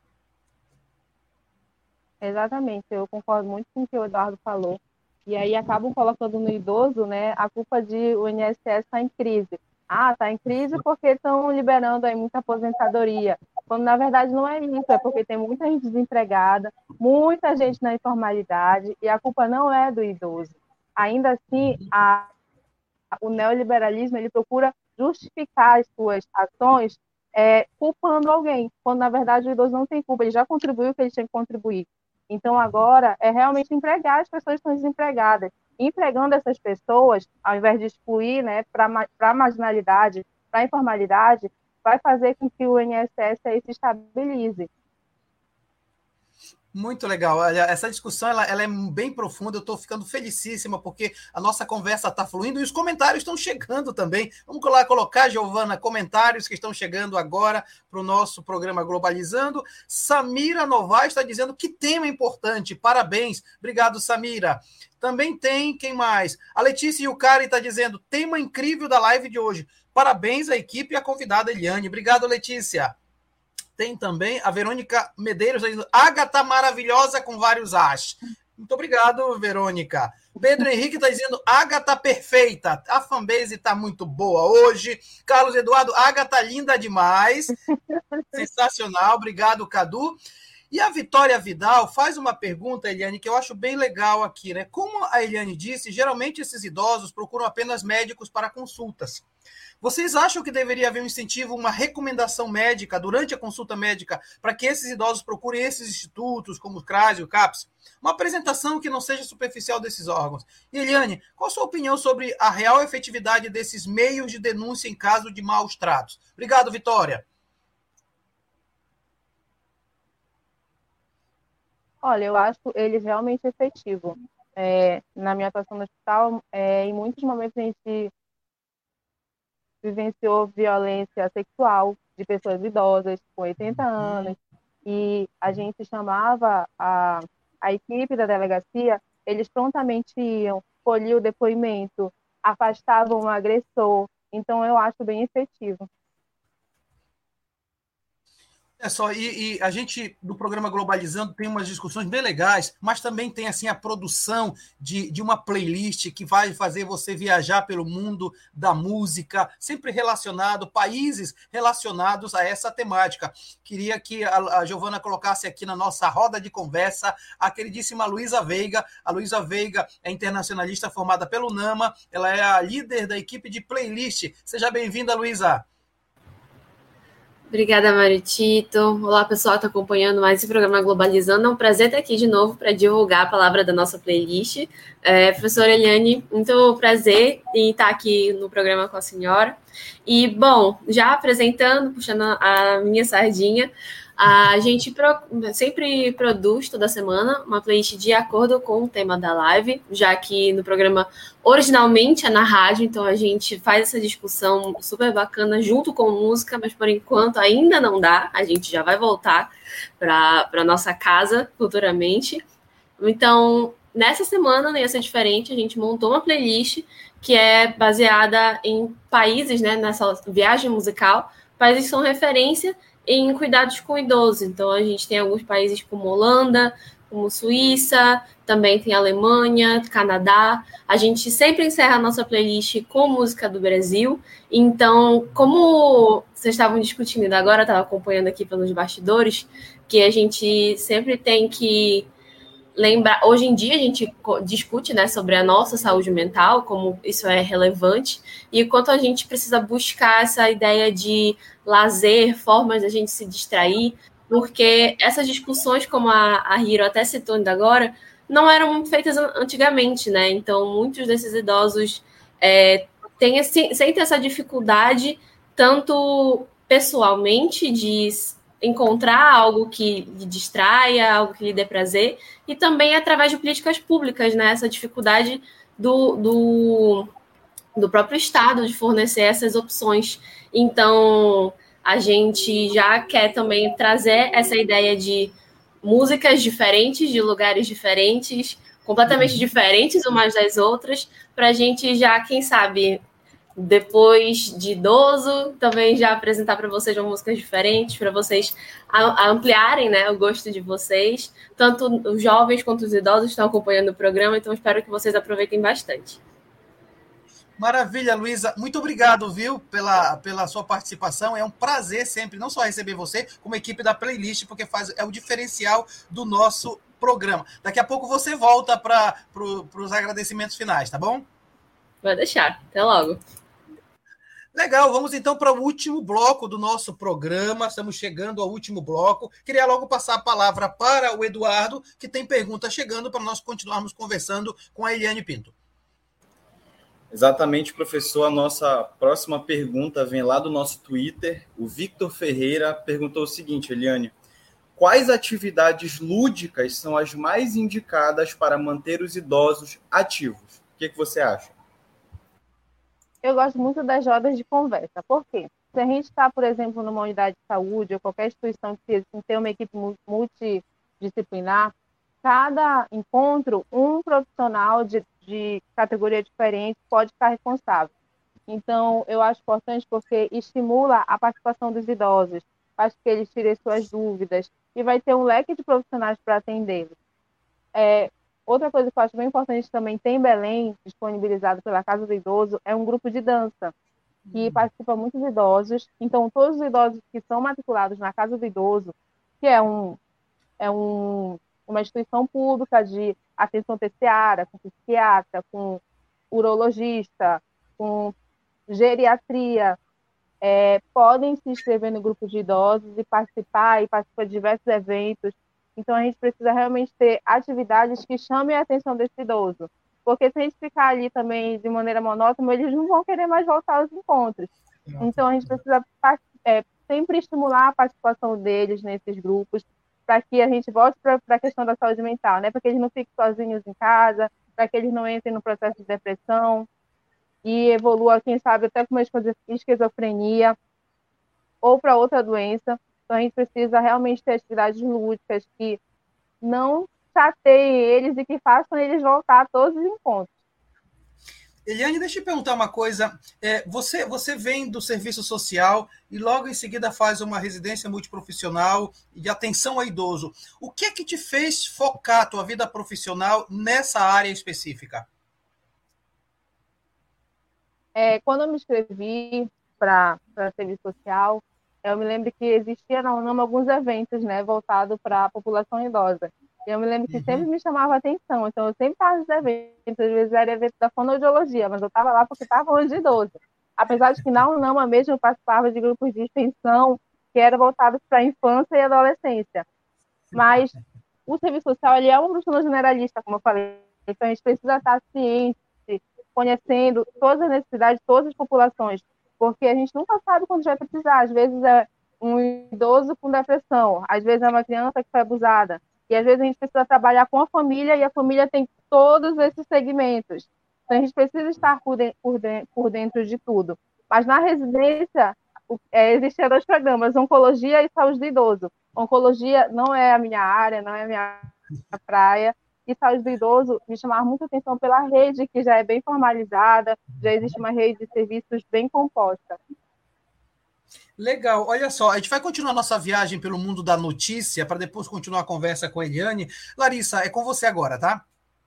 Exatamente, eu concordo muito com o que o Eduardo falou. E aí acabam colocando no idoso, né, a culpa de o I N S S estar em crise. Ah, está em crise porque estão liberando aí muita aposentadoria. Quando, na verdade, não é isso. É porque tem muita gente desempregada, muita gente na informalidade, e a culpa não é do idoso. Ainda assim, a, o neoliberalismo ele procura justificar as suas ações é, culpando alguém, quando, na verdade, o idoso não tem culpa. Ele já contribuiu o que ele tinha que contribuir. Então, agora, é realmente empregar as pessoas que estão desempregadas. Empregando essas pessoas, ao invés de excluir, né, para a marginalidade, para a informalidade, vai fazer com que o I N S S aí se estabilize. Muito legal. Olha, essa discussão ela, ela é bem profunda. Eu estou ficando felicíssima porque a nossa conversa está fluindo e os comentários estão chegando também. Vamos lá colocar, Giovana, comentários que estão chegando agora para o nosso programa Globalizando. Samira Novaes está dizendo que tema importante. Parabéns. Obrigado, Samira. Também tem, quem mais? A Letícia Yucari está dizendo, tema incrível da live de hoje. Parabéns à equipe e à convidada Eliane. Obrigado, Letícia. Tem também a Verônica Medeiros dizendo, Ágata maravilhosa com vários As. Muito obrigado, Verônica. Pedro Henrique está dizendo, Agatha perfeita, a fanbase está muito boa hoje. Carlos Eduardo, Agatha linda demais. Sensacional, obrigado, Cadu. E a Vitória Vidal faz uma pergunta, Eliane, que eu acho bem legal aqui, né? Como a Eliane disse, geralmente esses idosos procuram apenas médicos para consultas. Vocês acham que deveria haver um incentivo, uma recomendação médica durante a consulta médica para que esses idosos procurem esses institutos, como o CRAS e o CAPS? Uma apresentação que não seja superficial desses órgãos. E, Eliane, qual a sua opinião sobre a real efetividade desses meios de denúncia em caso de maus tratos? Obrigado, Vitória. Olha, eu acho eles realmente efetivos. É, na minha atuação no hospital, é, em muitos momentos a gente vivenciou violência sexual de pessoas idosas com oitenta anos, e a gente chamava a, a equipe da delegacia, eles prontamente iam, colhiam o depoimento, afastavam o agressor, então eu acho bem efetivo. É só, e, e a gente, do programa Globalizando, tem umas discussões bem legais, mas também tem assim a produção de, de uma playlist que vai fazer você viajar pelo mundo da música, sempre relacionado, países relacionados a essa temática. Queria que a, a Giovana colocasse aqui na nossa roda de conversa a queridíssima Luísa Veiga. A Luísa Veiga é internacionalista formada pelo NAMA, ela é a líder da equipe de playlist. Seja bem-vinda, Luísa. Obrigada, Mário Tito. Olá, pessoal que está acompanhando mais esse programa Globalizando. É um prazer estar aqui de novo para divulgar a palavra da nossa playlist. É, professora Eliane, muito prazer em estar aqui no programa com a senhora. E, bom, já apresentando, puxando a minha sardinha, a gente pro, sempre produz toda semana uma playlist de acordo com o tema da live, já que no programa originalmente é na rádio, então a gente faz essa discussão super bacana junto com música, mas por enquanto ainda não dá, a gente já vai voltar para a nossa casa futuramente. Então, nessa semana não ia ser diferente, a gente montou uma playlist que é baseada em países, né, nessa viagem musical, países que são referência em cuidados com idosos. Então, a gente tem alguns países como Holanda, como Suíça, também tem Alemanha, Canadá. A gente sempre encerra a nossa playlist com música do Brasil. Então, como vocês estavam discutindo agora, eu estava acompanhando aqui pelos bastidores, que a gente sempre tem que lembrar, hoje em dia a gente discute, né, sobre a nossa saúde mental, como isso é relevante, e o quanto a gente precisa buscar essa ideia de lazer, formas da gente se distrair, porque essas discussões, como a, a Hiro até citou ainda agora, não eram muito feitas antigamente, né? Então, muitos desses idosos é, têm esse, sentem essa dificuldade, tanto pessoalmente, de encontrar algo que lhe distraia, algo que lhe dê prazer, e também através de políticas públicas, né? Essa dificuldade do, do, do próprio Estado de fornecer essas opções. Então, a gente já quer também trazer essa ideia de músicas diferentes, de lugares diferentes, completamente diferentes umas das outras, para a gente já, quem sabe, depois de idoso, também já apresentar para vocês uma músicas diferentes, para vocês a, a ampliarem, né, o gosto de vocês. Tanto os jovens quanto os idosos estão acompanhando o programa, então espero que vocês aproveitem bastante. Maravilha, Luísa. Muito obrigado, viu, pela, pela sua participação. É um prazer sempre, não só receber você, como a equipe da Playlist, porque faz, é o diferencial do nosso programa. Daqui a pouco você volta para pro, os agradecimentos finais, tá bom? Vai deixar. Até logo. Legal, vamos então para o último bloco do nosso programa. Estamos chegando ao último bloco. Queria logo passar a palavra para o Eduardo, que tem pergunta chegando para nós continuarmos conversando com a Eliane Pinto. Exatamente, professor. A nossa próxima pergunta vem lá do nosso Twitter. O Victor Ferreira perguntou o seguinte, Eliane: quais atividades lúdicas são as mais indicadas para manter os idosos ativos? O que, que você acha? Eu gosto muito das rodas de conversa. Por quê? Se a gente está, por exemplo, numa unidade de saúde ou qualquer instituição que tem uma equipe multidisciplinar, cada encontro, um profissional de, de categoria diferente pode ficar responsável. Então, eu acho importante porque estimula a participação dos idosos, faz que eles tirem suas dúvidas e vai ter um leque de profissionais para atendê-los. É, Outra coisa que eu acho bem importante também tem em Belém, disponibilizado pela Casa do Idoso, é um grupo de dança, que participa muitos idosos. Então, todos os idosos que são matriculados na Casa do Idoso, que é, um, é um, uma instituição pública de atenção terciária, com psiquiatra, com urologista, com geriatria, é, podem se inscrever no grupo de idosos e participar, e participar de diversos eventos. Então, a gente precisa realmente ter atividades que chamem a atenção desse idoso. Porque se a gente ficar ali também de maneira monótona, eles não vão querer mais voltar aos encontros. Então, a gente precisa é, sempre estimular a participação deles nesses grupos, para que a gente volte para a questão da saúde mental, né? Para que eles não fiquem sozinhos em casa, para que eles não entrem no processo de depressão e evolua, quem sabe, até com uma esquizofrenia ou para outra doença. Então, a gente precisa realmente ter atividades lúdicas que não chateiem eles e que façam eles voltar a todos os encontros. Eliane, deixa eu perguntar uma coisa. É, você, você vem do serviço social e logo em seguida faz uma residência multiprofissional de atenção ao idoso. O que é que te fez focar a tua vida profissional nessa área específica? É, quando eu me inscrevi para serviço social, eu me lembro que existia na UNAM alguns eventos, né, voltados para a população idosa. E eu me lembro que uhum. sempre me chamava a atenção. Então, eu sempre estava nos eventos, às vezes era evento da fonoaudiologia, mas eu estava lá porque estava falando de idoso. Apesar de que na UNAM mesmo eu participava de grupos de extensão que eram voltados para a infância e adolescência. Mas o serviço social ele é uma profissão generalista, como eu falei. Então, a gente precisa estar ciente, conhecendo todas as necessidades de todas as populações, porque a gente nunca sabe quando vai precisar. Às vezes é um idoso com depressão, às vezes é uma criança que foi abusada, e às vezes a gente precisa trabalhar com a família, e a família tem todos esses segmentos. Então, a gente precisa estar por dentro, por dentro, por dentro de tudo. Mas na residência, é, existem dois programas, oncologia e saúde do idoso. Oncologia não é a minha área, não é a minha praia, e saúde do idoso me chamava muita atenção pela rede, que já é bem formalizada, já existe uma rede de serviços bem composta. Legal, olha só, a gente vai continuar nossa viagem pelo mundo da notícia, para depois continuar a conversa com a Eliane. Larissa, é com você agora, tá?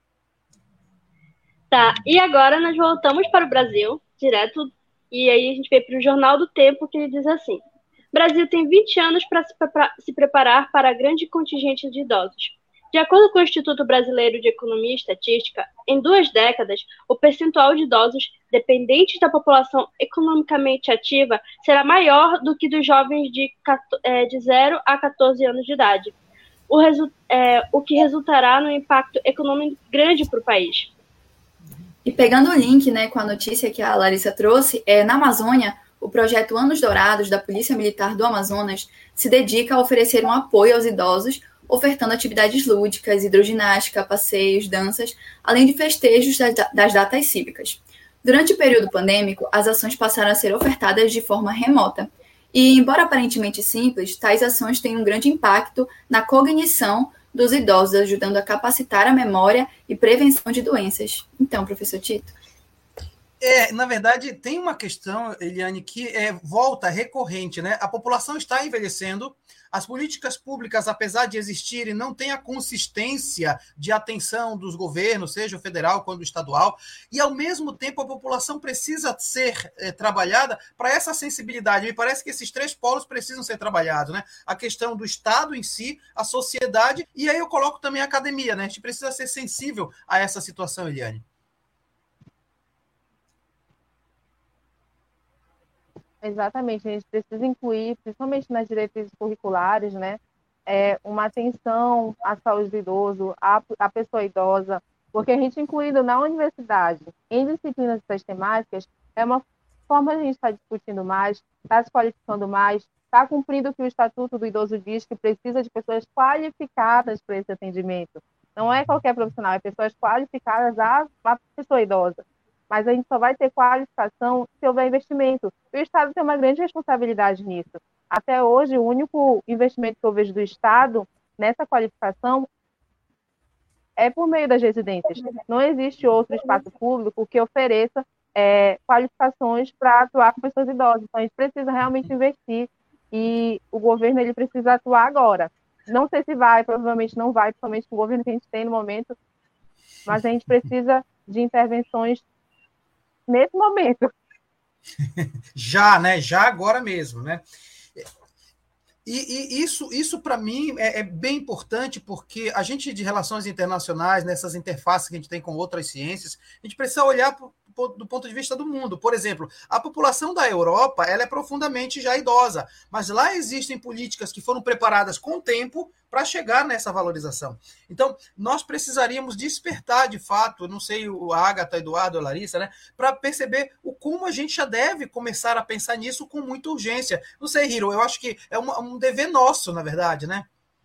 Tá, e agora nós voltamos para o Brasil, direto, e aí a gente veio para o Jornal do Tempo, que ele diz assim: Brasil tem vinte anos para se, se preparar para grande contingente de idosos. De acordo com o Instituto Brasileiro de Economia e Estatística, em duas décadas, o percentual de idosos dependentes da população economicamente ativa será maior do que dos jovens de, de zero a quatorze anos de idade, o, resu, é, o que resultará num impacto econômico grande para o país. E pegando o link, né, com a notícia que a Larissa trouxe, é, na Amazônia, o projeto Anos Dourados da Polícia Militar do Amazonas se dedica a oferecer um apoio aos idosos, ofertando atividades lúdicas, hidroginástica, passeios, danças, além de festejos das datas cívicas. Durante o período pandêmico, as ações passaram a ser ofertadas de forma remota. E, embora aparentemente simples, tais ações têm um grande impacto na cognição dos idosos, ajudando a capacitar a memória e prevenção de doenças. Então, professor Tito. É, na verdade, tem uma questão, Eliane, que é, volta recorrente, né? A população está envelhecendo, as políticas públicas, apesar de existirem, não têm a consistência de atenção dos governos, seja o federal quanto o estadual, e, ao mesmo tempo, a população precisa ser é, trabalhada para essa sensibilidade. Me parece que esses três polos precisam ser trabalhados, né? A questão do Estado em si, a sociedade, e aí eu coloco também a academia, né? A gente precisa ser sensível a essa situação, Eliane. Exatamente, a gente precisa incluir, principalmente nas diretrizes curriculares, né, é, uma atenção à saúde do idoso, à, à pessoa idosa, porque a gente incluindo na universidade, em disciplinas dessas temáticas, é uma forma de a gente estar discutindo mais, estar se qualificando mais, estar cumprindo o que o Estatuto do Idoso diz, que precisa de pessoas qualificadas para esse atendimento. Não é qualquer profissional, é pessoas qualificadas à, à pessoa idosa. Mas a gente só vai ter qualificação se houver investimento. E o Estado tem uma grande responsabilidade nisso. Até hoje, o único investimento que eu vejo do Estado nessa qualificação é por meio das residências. Não existe outro espaço público que ofereça é, qualificações para atuar com pessoas idosas. Então, a gente precisa realmente investir e o governo ele precisa atuar agora. Não sei se vai, provavelmente não vai, principalmente com o governo que a gente tem no momento, mas a gente precisa de intervenções nesse momento. Já, né? Já agora mesmo, né? E, e isso, isso para mim, é, é bem importante, porque a gente, de relações internacionais, nessas interfaces que a gente tem com outras ciências, a gente precisa olhar pro, do ponto de vista do mundo. Por exemplo, a população da Europa ela é profundamente já idosa, mas lá existem políticas que foram preparadas com o tempo para chegar nessa valorização. Então, nós precisaríamos despertar, de fato, não sei, o Agatha, Eduardo, a Larissa, né, para perceber o como a gente já deve começar a pensar nisso com muita urgência. Não sei, Hiro, eu acho que é uma, um dever nosso, na verdade, né?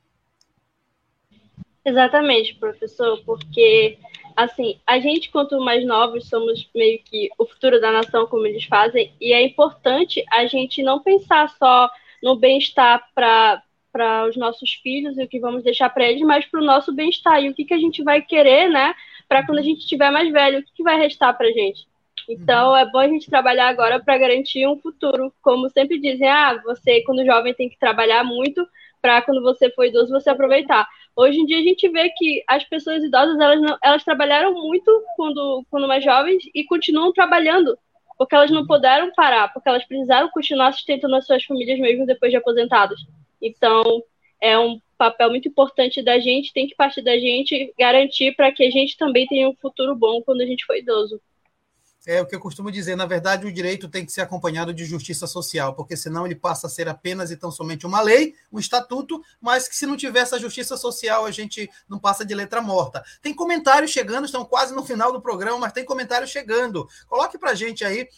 Exatamente, professor, porque, assim, a gente, quanto mais novos, somos meio que o futuro da nação, como eles fazem, e é importante a gente não pensar só no bem-estar para para os nossos filhos e o que vamos deixar para eles, mas para o nosso bem-estar e o que, que a gente vai querer, né, para quando a gente estiver mais velho, o que, que vai restar para a gente. Então, uhum. é bom a gente trabalhar agora para garantir um futuro. Como sempre dizem, ah, você, quando jovem, tem que trabalhar muito para quando você for idoso, você aproveitar. Hoje em dia, a gente vê que as pessoas idosas, elas, não, elas trabalharam muito quando, quando mais jovens e continuam trabalhando, porque elas não puderam parar, porque elas precisaram continuar sustentando as suas famílias mesmo depois de aposentadas. Então, é um papel muito importante da gente, tem que partir da gente garantir para que a gente também tenha um futuro bom quando a gente for idoso. É o que eu costumo dizer, na verdade, o direito tem que ser acompanhado de justiça social, porque senão ele passa a ser apenas e tão somente uma lei, um estatuto, mas que se não tiver essa justiça social, a gente não passa de letra morta. Tem comentários chegando, estão quase no final do programa, mas tem comentários chegando. Coloque pra gente aí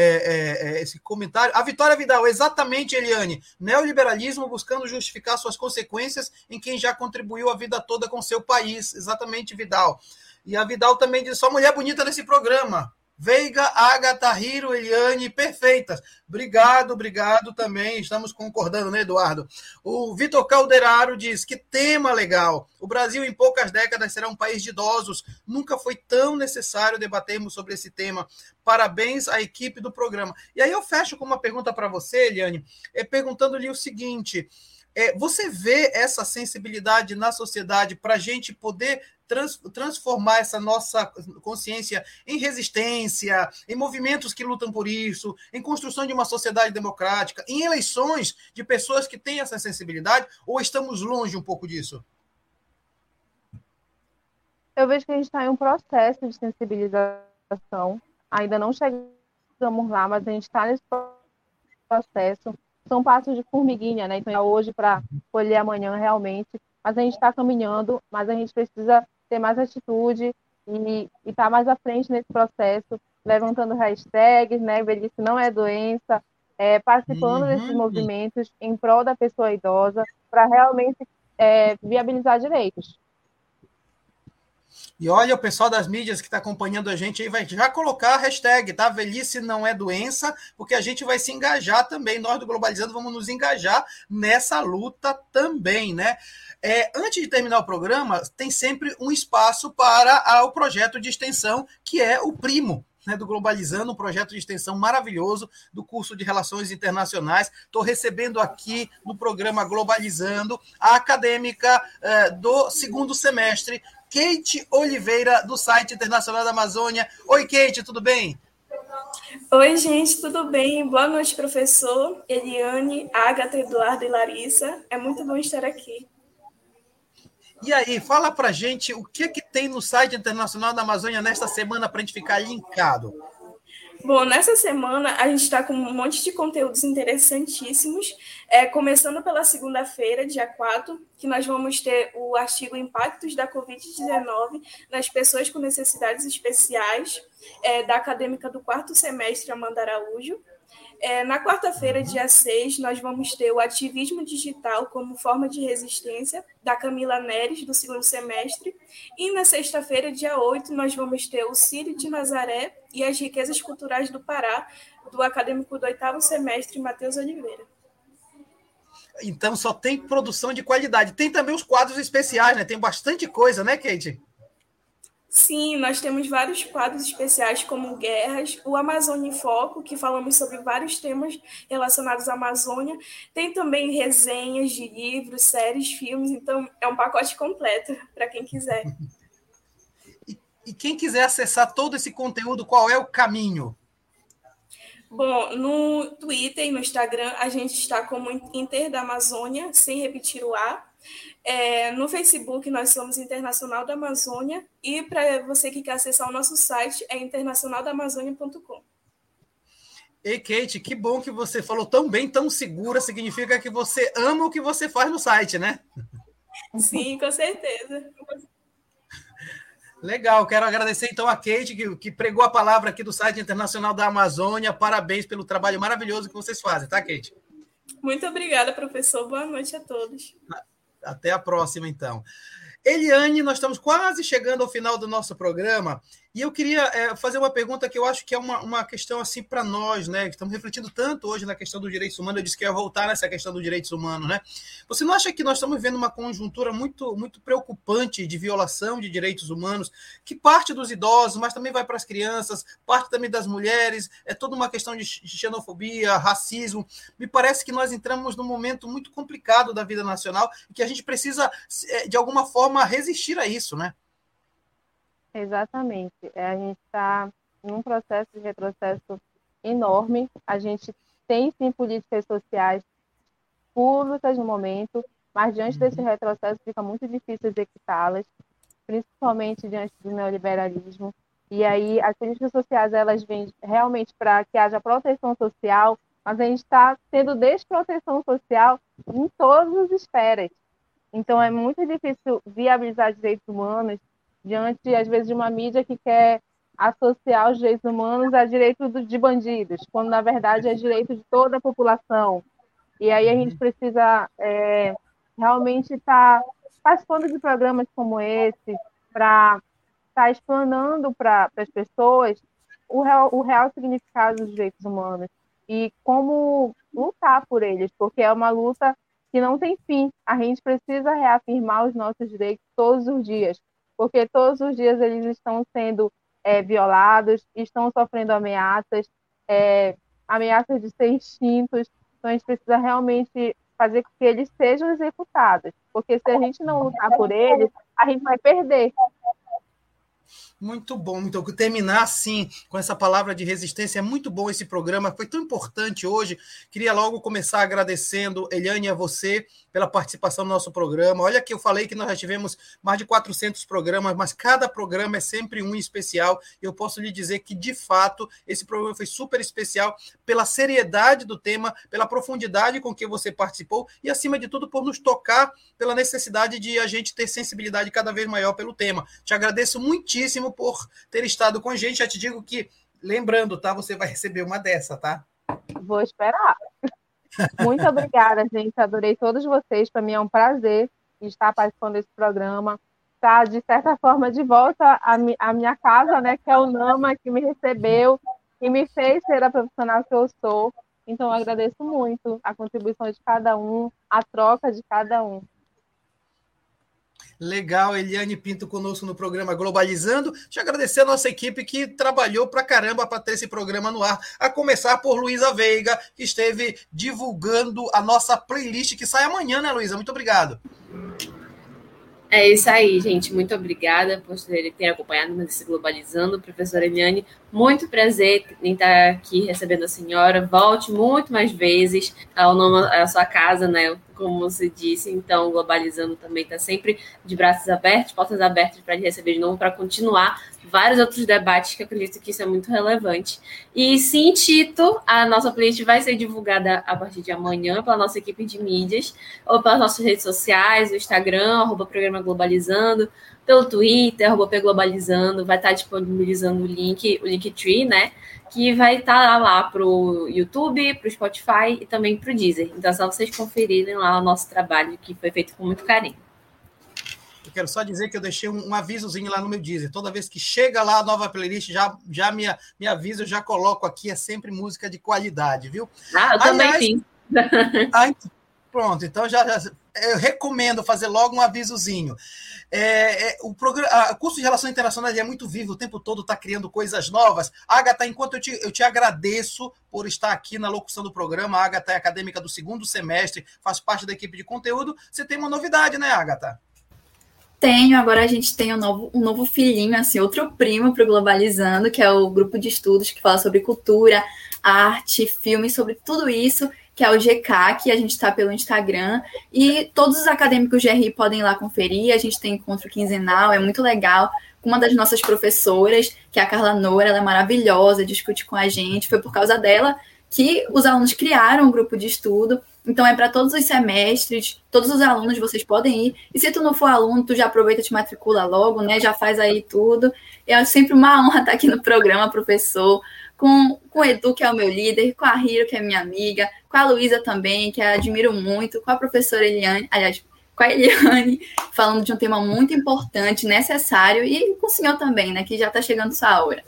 é, é, esse comentário. A Vitória Vidal, exatamente, Eliane. Neoliberalismo buscando justificar suas consequências em quem já contribuiu a vida toda com seu país. Exatamente, Vidal. E a Vidal também diz, só mulher bonita nesse programa. Veiga, Agatha, Hiro, Eliane, perfeitas. Obrigado, obrigado também. Estamos concordando, né, Eduardo? O Vitor Calderaro diz, que tema legal. O Brasil, em poucas décadas, será um país de idosos. Nunca foi tão necessário debatermos sobre esse tema. Parabéns à equipe do programa. E aí eu fecho com uma pergunta para você, Eliane, é, perguntando-lhe o seguinte... É, você vê essa sensibilidade na sociedade para a gente poder trans, transformar essa nossa consciência em resistência, em movimentos que lutam por isso, em construção de uma sociedade democrática, em eleições de pessoas que têm essa sensibilidade, ou estamos longe um pouco disso? Eu vejo que a gente está em um processo de sensibilização, ainda não chegamos lá, mas a gente está nesse processo. São passos de formiguinha, né? Então é hoje para colher amanhã realmente. Mas a gente está caminhando, mas a gente precisa ter mais atitude e estar tá mais à frente nesse processo, levantando hashtags, né? Velhice não é doença, é, participando uhum. desses movimentos em prol da pessoa idosa para realmente é, viabilizar direitos. E olha, o pessoal das mídias que está acompanhando a gente aí vai já colocar a hashtag, tá? Velhice não é doença, porque a gente vai se engajar também. Nós do Globalizando vamos nos engajar nessa luta também, né? É, antes de terminar o programa, tem sempre um espaço para a, o projeto de extensão, que é o Primo, né, do Globalizando, um projeto de extensão maravilhoso do curso de Relações Internacionais. Estou recebendo aqui no programa Globalizando a acadêmica eh, do segundo semestre, Kate Oliveira, do site Internacional da Amazônia. Oi, Kate, tudo bem? Oi, gente, tudo bem? Boa noite, professor, Eliane, Agatha, Eduardo e Larissa. É muito bom estar aqui. E aí, fala pra gente o que, que tem no site Internacional da Amazônia nesta semana para a gente ficar linkado. Bom, nessa semana a gente está com um monte de conteúdos interessantíssimos, é, começando pela segunda-feira, dia quatro, que nós vamos ter o artigo Impactos da covid dezenove nas pessoas com necessidades especiais, é, da acadêmica do quarto semestre, Amanda Araújo. É, na quarta-feira, dia seis, nós vamos ter o Ativismo Digital como Forma de Resistência, da Camila Neres, do segundo semestre. E na sexta-feira, dia oito, nós vamos ter o Círio de Nazaré e as Riquezas Culturais do Pará, do acadêmico do oitavo semestre, Matheus Oliveira. Então, só tem produção de qualidade. Tem também os quadros especiais, né? Tem bastante coisa, né, Kate? Sim, nós temos vários quadros especiais, como Guerras, o Amazônia em Foco, que falamos sobre vários temas relacionados à Amazônia. Tem também resenhas de livros, séries, filmes, então é um pacote completo para quem quiser. E quem quiser acessar todo esse conteúdo, qual é o caminho? Bom, no Twitter e no Instagram a gente está como Inter da Amazônia, sem repetir o A. É, no Facebook nós somos Internacional da Amazônia e para você que quer acessar o nosso site é internacional da amazônia ponto com. Ei, Kate, que bom que você falou tão bem, tão segura, significa que você ama o que você faz no site, né? Sim, com certeza. Legal, quero agradecer então a Kate, que, que pregou a palavra aqui do site Internacional da Amazônia. Parabéns pelo trabalho maravilhoso que vocês fazem, tá, Kate? Muito obrigada, professor. Boa noite a todos. Até a próxima, então. Eliane, nós estamos quase chegando ao final do nosso programa e eu queria é, fazer uma pergunta que eu acho que é uma, uma questão assim para nós, né? Que estamos refletindo tanto hoje na questão dos direitos humanos. Eu disse que ia voltar nessa questão dos direitos humanos, né? Você não acha que nós estamos vivendo uma conjuntura muito, muito preocupante de violação de direitos humanos, que parte dos idosos, mas também vai para as crianças, parte também das mulheres, é toda uma questão de xenofobia, racismo. Me parece que nós entramos num momento muito complicado da vida nacional e que a gente precisa, de alguma forma, resistir a isso, né? Exatamente. É, a gente está num processo de retrocesso enorme. A gente tem, sim, políticas sociais públicas no momento, mas diante desse retrocesso fica muito difícil executá-las, principalmente diante do neoliberalismo. E aí as políticas sociais elas vêm realmente para que haja proteção social, mas a gente está tendo desproteção social em todas as esferas. Então é muito difícil viabilizar direitos humanos diante, às vezes, de uma mídia que quer associar os direitos humanos a direitos de bandidos, quando, na verdade, é direito de toda a população. E aí a gente precisa é, realmente estar tá participando de programas como esse para estar tá explanando para as pessoas o real, o real significado dos direitos humanos e como lutar por eles, porque é uma luta que não tem fim. A gente precisa reafirmar os nossos direitos todos os dias, porque todos os dias eles estão sendo é, violados, estão sofrendo ameaças, é, ameaças de ser extintos. Então, a gente precisa realmente fazer com que eles sejam executados, porque se a gente não lutar por eles, a gente vai perder. Muito bom, então terminar assim, com essa palavra de resistência, é muito bom esse programa, foi tão importante hoje. Queria logo começar agradecendo, Eliane, a você pela participação no nosso programa. Olha que eu falei que nós já tivemos mais de quatrocentos programas, mas cada programa é sempre um especial. Eu posso lhe dizer que, de fato, esse programa foi super especial pela seriedade do tema, pela profundidade com que você participou e, acima de tudo, por nos tocar pela necessidade de a gente ter sensibilidade cada vez maior pelo tema. Te agradeço muitíssimo por ter estado com a gente. Já te digo que, lembrando, tá? Você vai receber uma dessa, tá? Vou esperar. Muito obrigada, gente. Adorei todos vocês. Para mim é um prazer estar participando desse programa. Tá, de certa forma, de volta à, mi à minha casa, né? Que é o Nama, que me recebeu e me fez ser a profissional que eu sou. Então, eu agradeço muito a contribuição de cada um, a troca de cada um. Legal, Eliane Pinto conosco no programa Globalizando. Deixa eu agradecer a nossa equipe que trabalhou pra caramba para ter esse programa no ar, a começar por Luísa Veiga, que esteve divulgando a nossa playlist que sai amanhã, né, Luísa? Muito obrigado. É isso aí, gente. Muito obrigada por ter acompanhado nesse Globalizando. Professora Eliane, muito prazer em estar aqui recebendo a senhora. Volte muito mais vezes ao nome, à sua casa, né? Como você disse. Então, Globalizando também está sempre de braços abertos, portas abertas para lhe receber de novo, para continuar vários outros debates que eu acredito que isso é muito relevante. E sim, Tito, a nossa playlist vai ser divulgada a partir de amanhã pela nossa equipe de mídias, ou pelas nossas redes sociais, o Instagram, arroba Programa Globalizando, pelo Twitter, arroba P Globalizando, vai estar disponibilizando o link, o Linktree, né? Que vai estar lá para o YouTube, para o Spotify e também para o Deezer. Então é só vocês conferirem lá o nosso trabalho, que foi feito com muito carinho. Eu quero só dizer que eu deixei um, um avisozinho lá no meu Deezer. Toda vez que chega lá a nova playlist, já, já me, me avisa, eu já coloco aqui, é sempre música de qualidade, viu? Ah, eu Aliás, também sim. Ah, pronto, então já, já eu recomendo fazer logo um avisozinho. É, é, o, programa, o curso de Relações Internacionais é muito vivo, o tempo todo está criando coisas novas. Agatha, enquanto eu te, eu te agradeço por estar aqui na locução do programa, a Agatha é acadêmica do segundo semestre, faz parte da equipe de conteúdo. Você tem uma novidade, né, Agatha? Tenho, agora a gente tem um novo, um novo filhinho, assim, outro primo para o Globalizando, que é o grupo de estudos que fala sobre cultura, arte, filme, sobre tudo isso, que é o G K, que a gente está pelo Instagram, e todos os acadêmicos de R I podem ir lá conferir, a gente tem encontro quinzenal, é muito legal, com uma das nossas professoras, que é a Carla Noura, ela é maravilhosa, discute com a gente, foi por causa dela que os alunos criaram um grupo de estudo, então é para todos os semestres, todos os alunos vocês podem ir, e se tu não for aluno, tu já aproveita e te matricula logo, né, já faz aí tudo, é sempre uma honra estar aqui no programa, professor, com, com o Edu, que é o meu líder, com a Hiro, que é minha amiga, com a Luísa também, que eu admiro muito, com a professora Eliane, aliás, com a Eliane, falando de um tema muito importante, necessário, e com o senhor também, né, que já está chegando sua hora.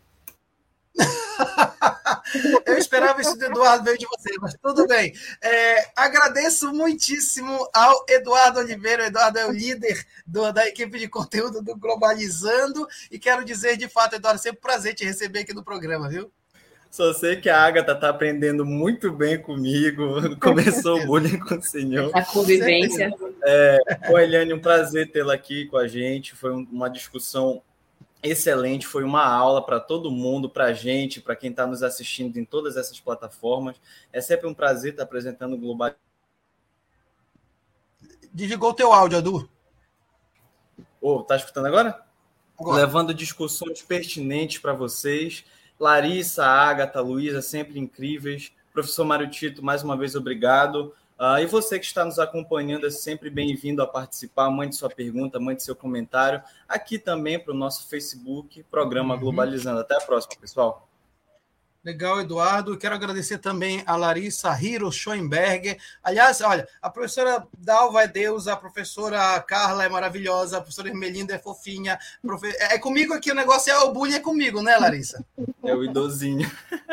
Eu esperava isso do Eduardo veio de você, mas tudo bem. É, agradeço muitíssimo ao Eduardo Oliveira. O Eduardo é o líder do, da equipe de conteúdo do Globalizando. E quero dizer, de fato, Eduardo, é sempre um prazer te receber aqui no programa, viu? Só sei que a Agatha está aprendendo muito bem comigo. Começou o bullying com o senhor. A convivência. É, com Eliane, um prazer tê-la aqui com a gente. Foi uma discussão excelente, foi uma aula para todo mundo, para a gente, para quem está nos assistindo em todas essas plataformas. É sempre um prazer estar apresentando o Global. Desligou o teu áudio, Edu. Oh, tá escutando agora? agora? Levando discussões pertinentes para vocês. Larissa, Agatha, Luísa, sempre incríveis. Professor Mário Tito, mais uma vez, obrigado. Uh, e você que está nos acompanhando é sempre bem-vindo a participar. Mande sua pergunta, mande seu comentário. Aqui também para o nosso Facebook, Programa uhum. Globalizando. Até a próxima, pessoal. Legal, Eduardo. Quero agradecer também a Larissa Hiro Schoenberger. Aliás, olha, a professora Dalva é Deus, a professora Carla é maravilhosa, a professora Ermelinda é fofinha. Profe... É comigo aqui, o negócio é o bullying, é comigo, né, Larissa? É o idosinho.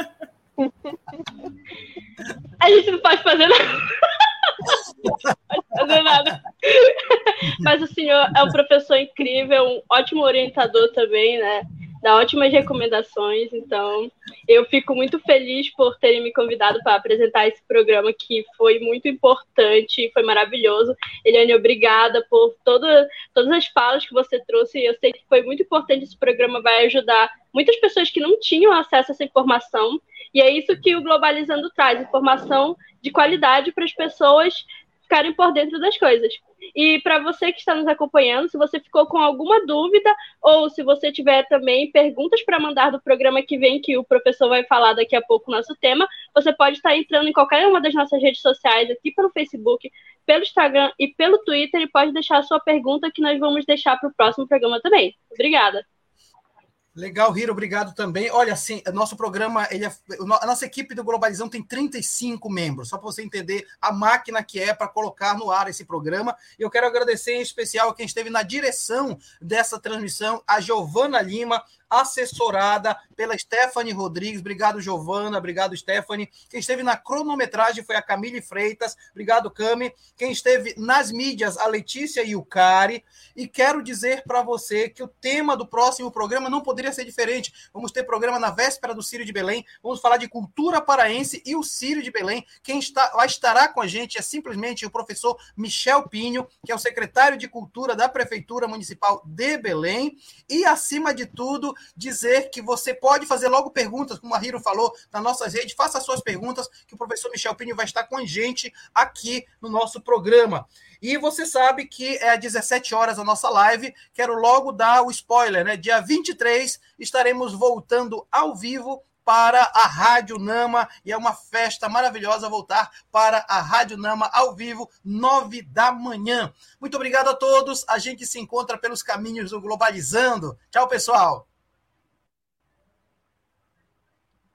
A gente não pode fazer nada. Não pode fazer nada. Mas o senhor é um professor incrível, um ótimo orientador também, né? Dá ótimas recomendações. Então, eu fico muito feliz por terem me convidado para apresentar esse programa, que foi muito importante, foi maravilhoso. Eliane, obrigada por toda, todas as falas que você trouxe. Eu sei que foi muito importante. Esse programa vai ajudar muitas pessoas que não tinham acesso a essa informação. E é isso que o Globalizando traz, informação de qualidade para as pessoas ficarem por dentro das coisas. E para você que está nos acompanhando, se você ficou com alguma dúvida, ou se você tiver também perguntas para mandar do programa que vem, que o professor vai falar daqui a pouco o nosso tema, você pode estar entrando em qualquer uma das nossas redes sociais, aqui pelo Facebook, pelo Instagram e pelo Twitter, e pode deixar a sua pergunta, que nós vamos deixar para o próximo programa também. Obrigada. Legal, Hiro, obrigado também. Olha, assim, nosso programa, ele é, a nossa equipe do Globalizão tem trinta e cinco membros, só para você entender a máquina que é para colocar no ar esse programa. E eu quero agradecer em especial a quem esteve na direção dessa transmissão, a Giovana Lima, assessorada pela Stephanie Rodrigues. Obrigado, Giovana. Obrigado, Stephanie. Quem esteve na cronometragem foi a Camille Freitas. Obrigado, Cami. Quem esteve nas mídias, a Letícia e o Cari. E quero dizer para você que o tema do próximo programa não poderia ser diferente. Vamos ter programa na véspera do Círio de Belém. Vamos falar de cultura paraense e o Círio de Belém. Quem está, lá estará com a gente é simplesmente o professor Michel Pinho, que é o secretário de Cultura da Prefeitura Municipal de Belém. E, acima de tudo, dizer que você pode fazer logo perguntas, como a Hiro falou, nas nossas redes. Faça as suas perguntas, que o professor Michel Pinho vai estar com a gente aqui no nosso programa. E você sabe que é às dezessete horas a nossa live. Quero logo dar o spoiler, né? Dia vinte e três estaremos voltando ao vivo para a Rádio Nama, e é uma festa maravilhosa voltar para a Rádio Nama ao vivo, nove da manhã. Muito obrigado a todos. A gente se encontra pelos caminhos do Globalizando. Tchau, pessoal.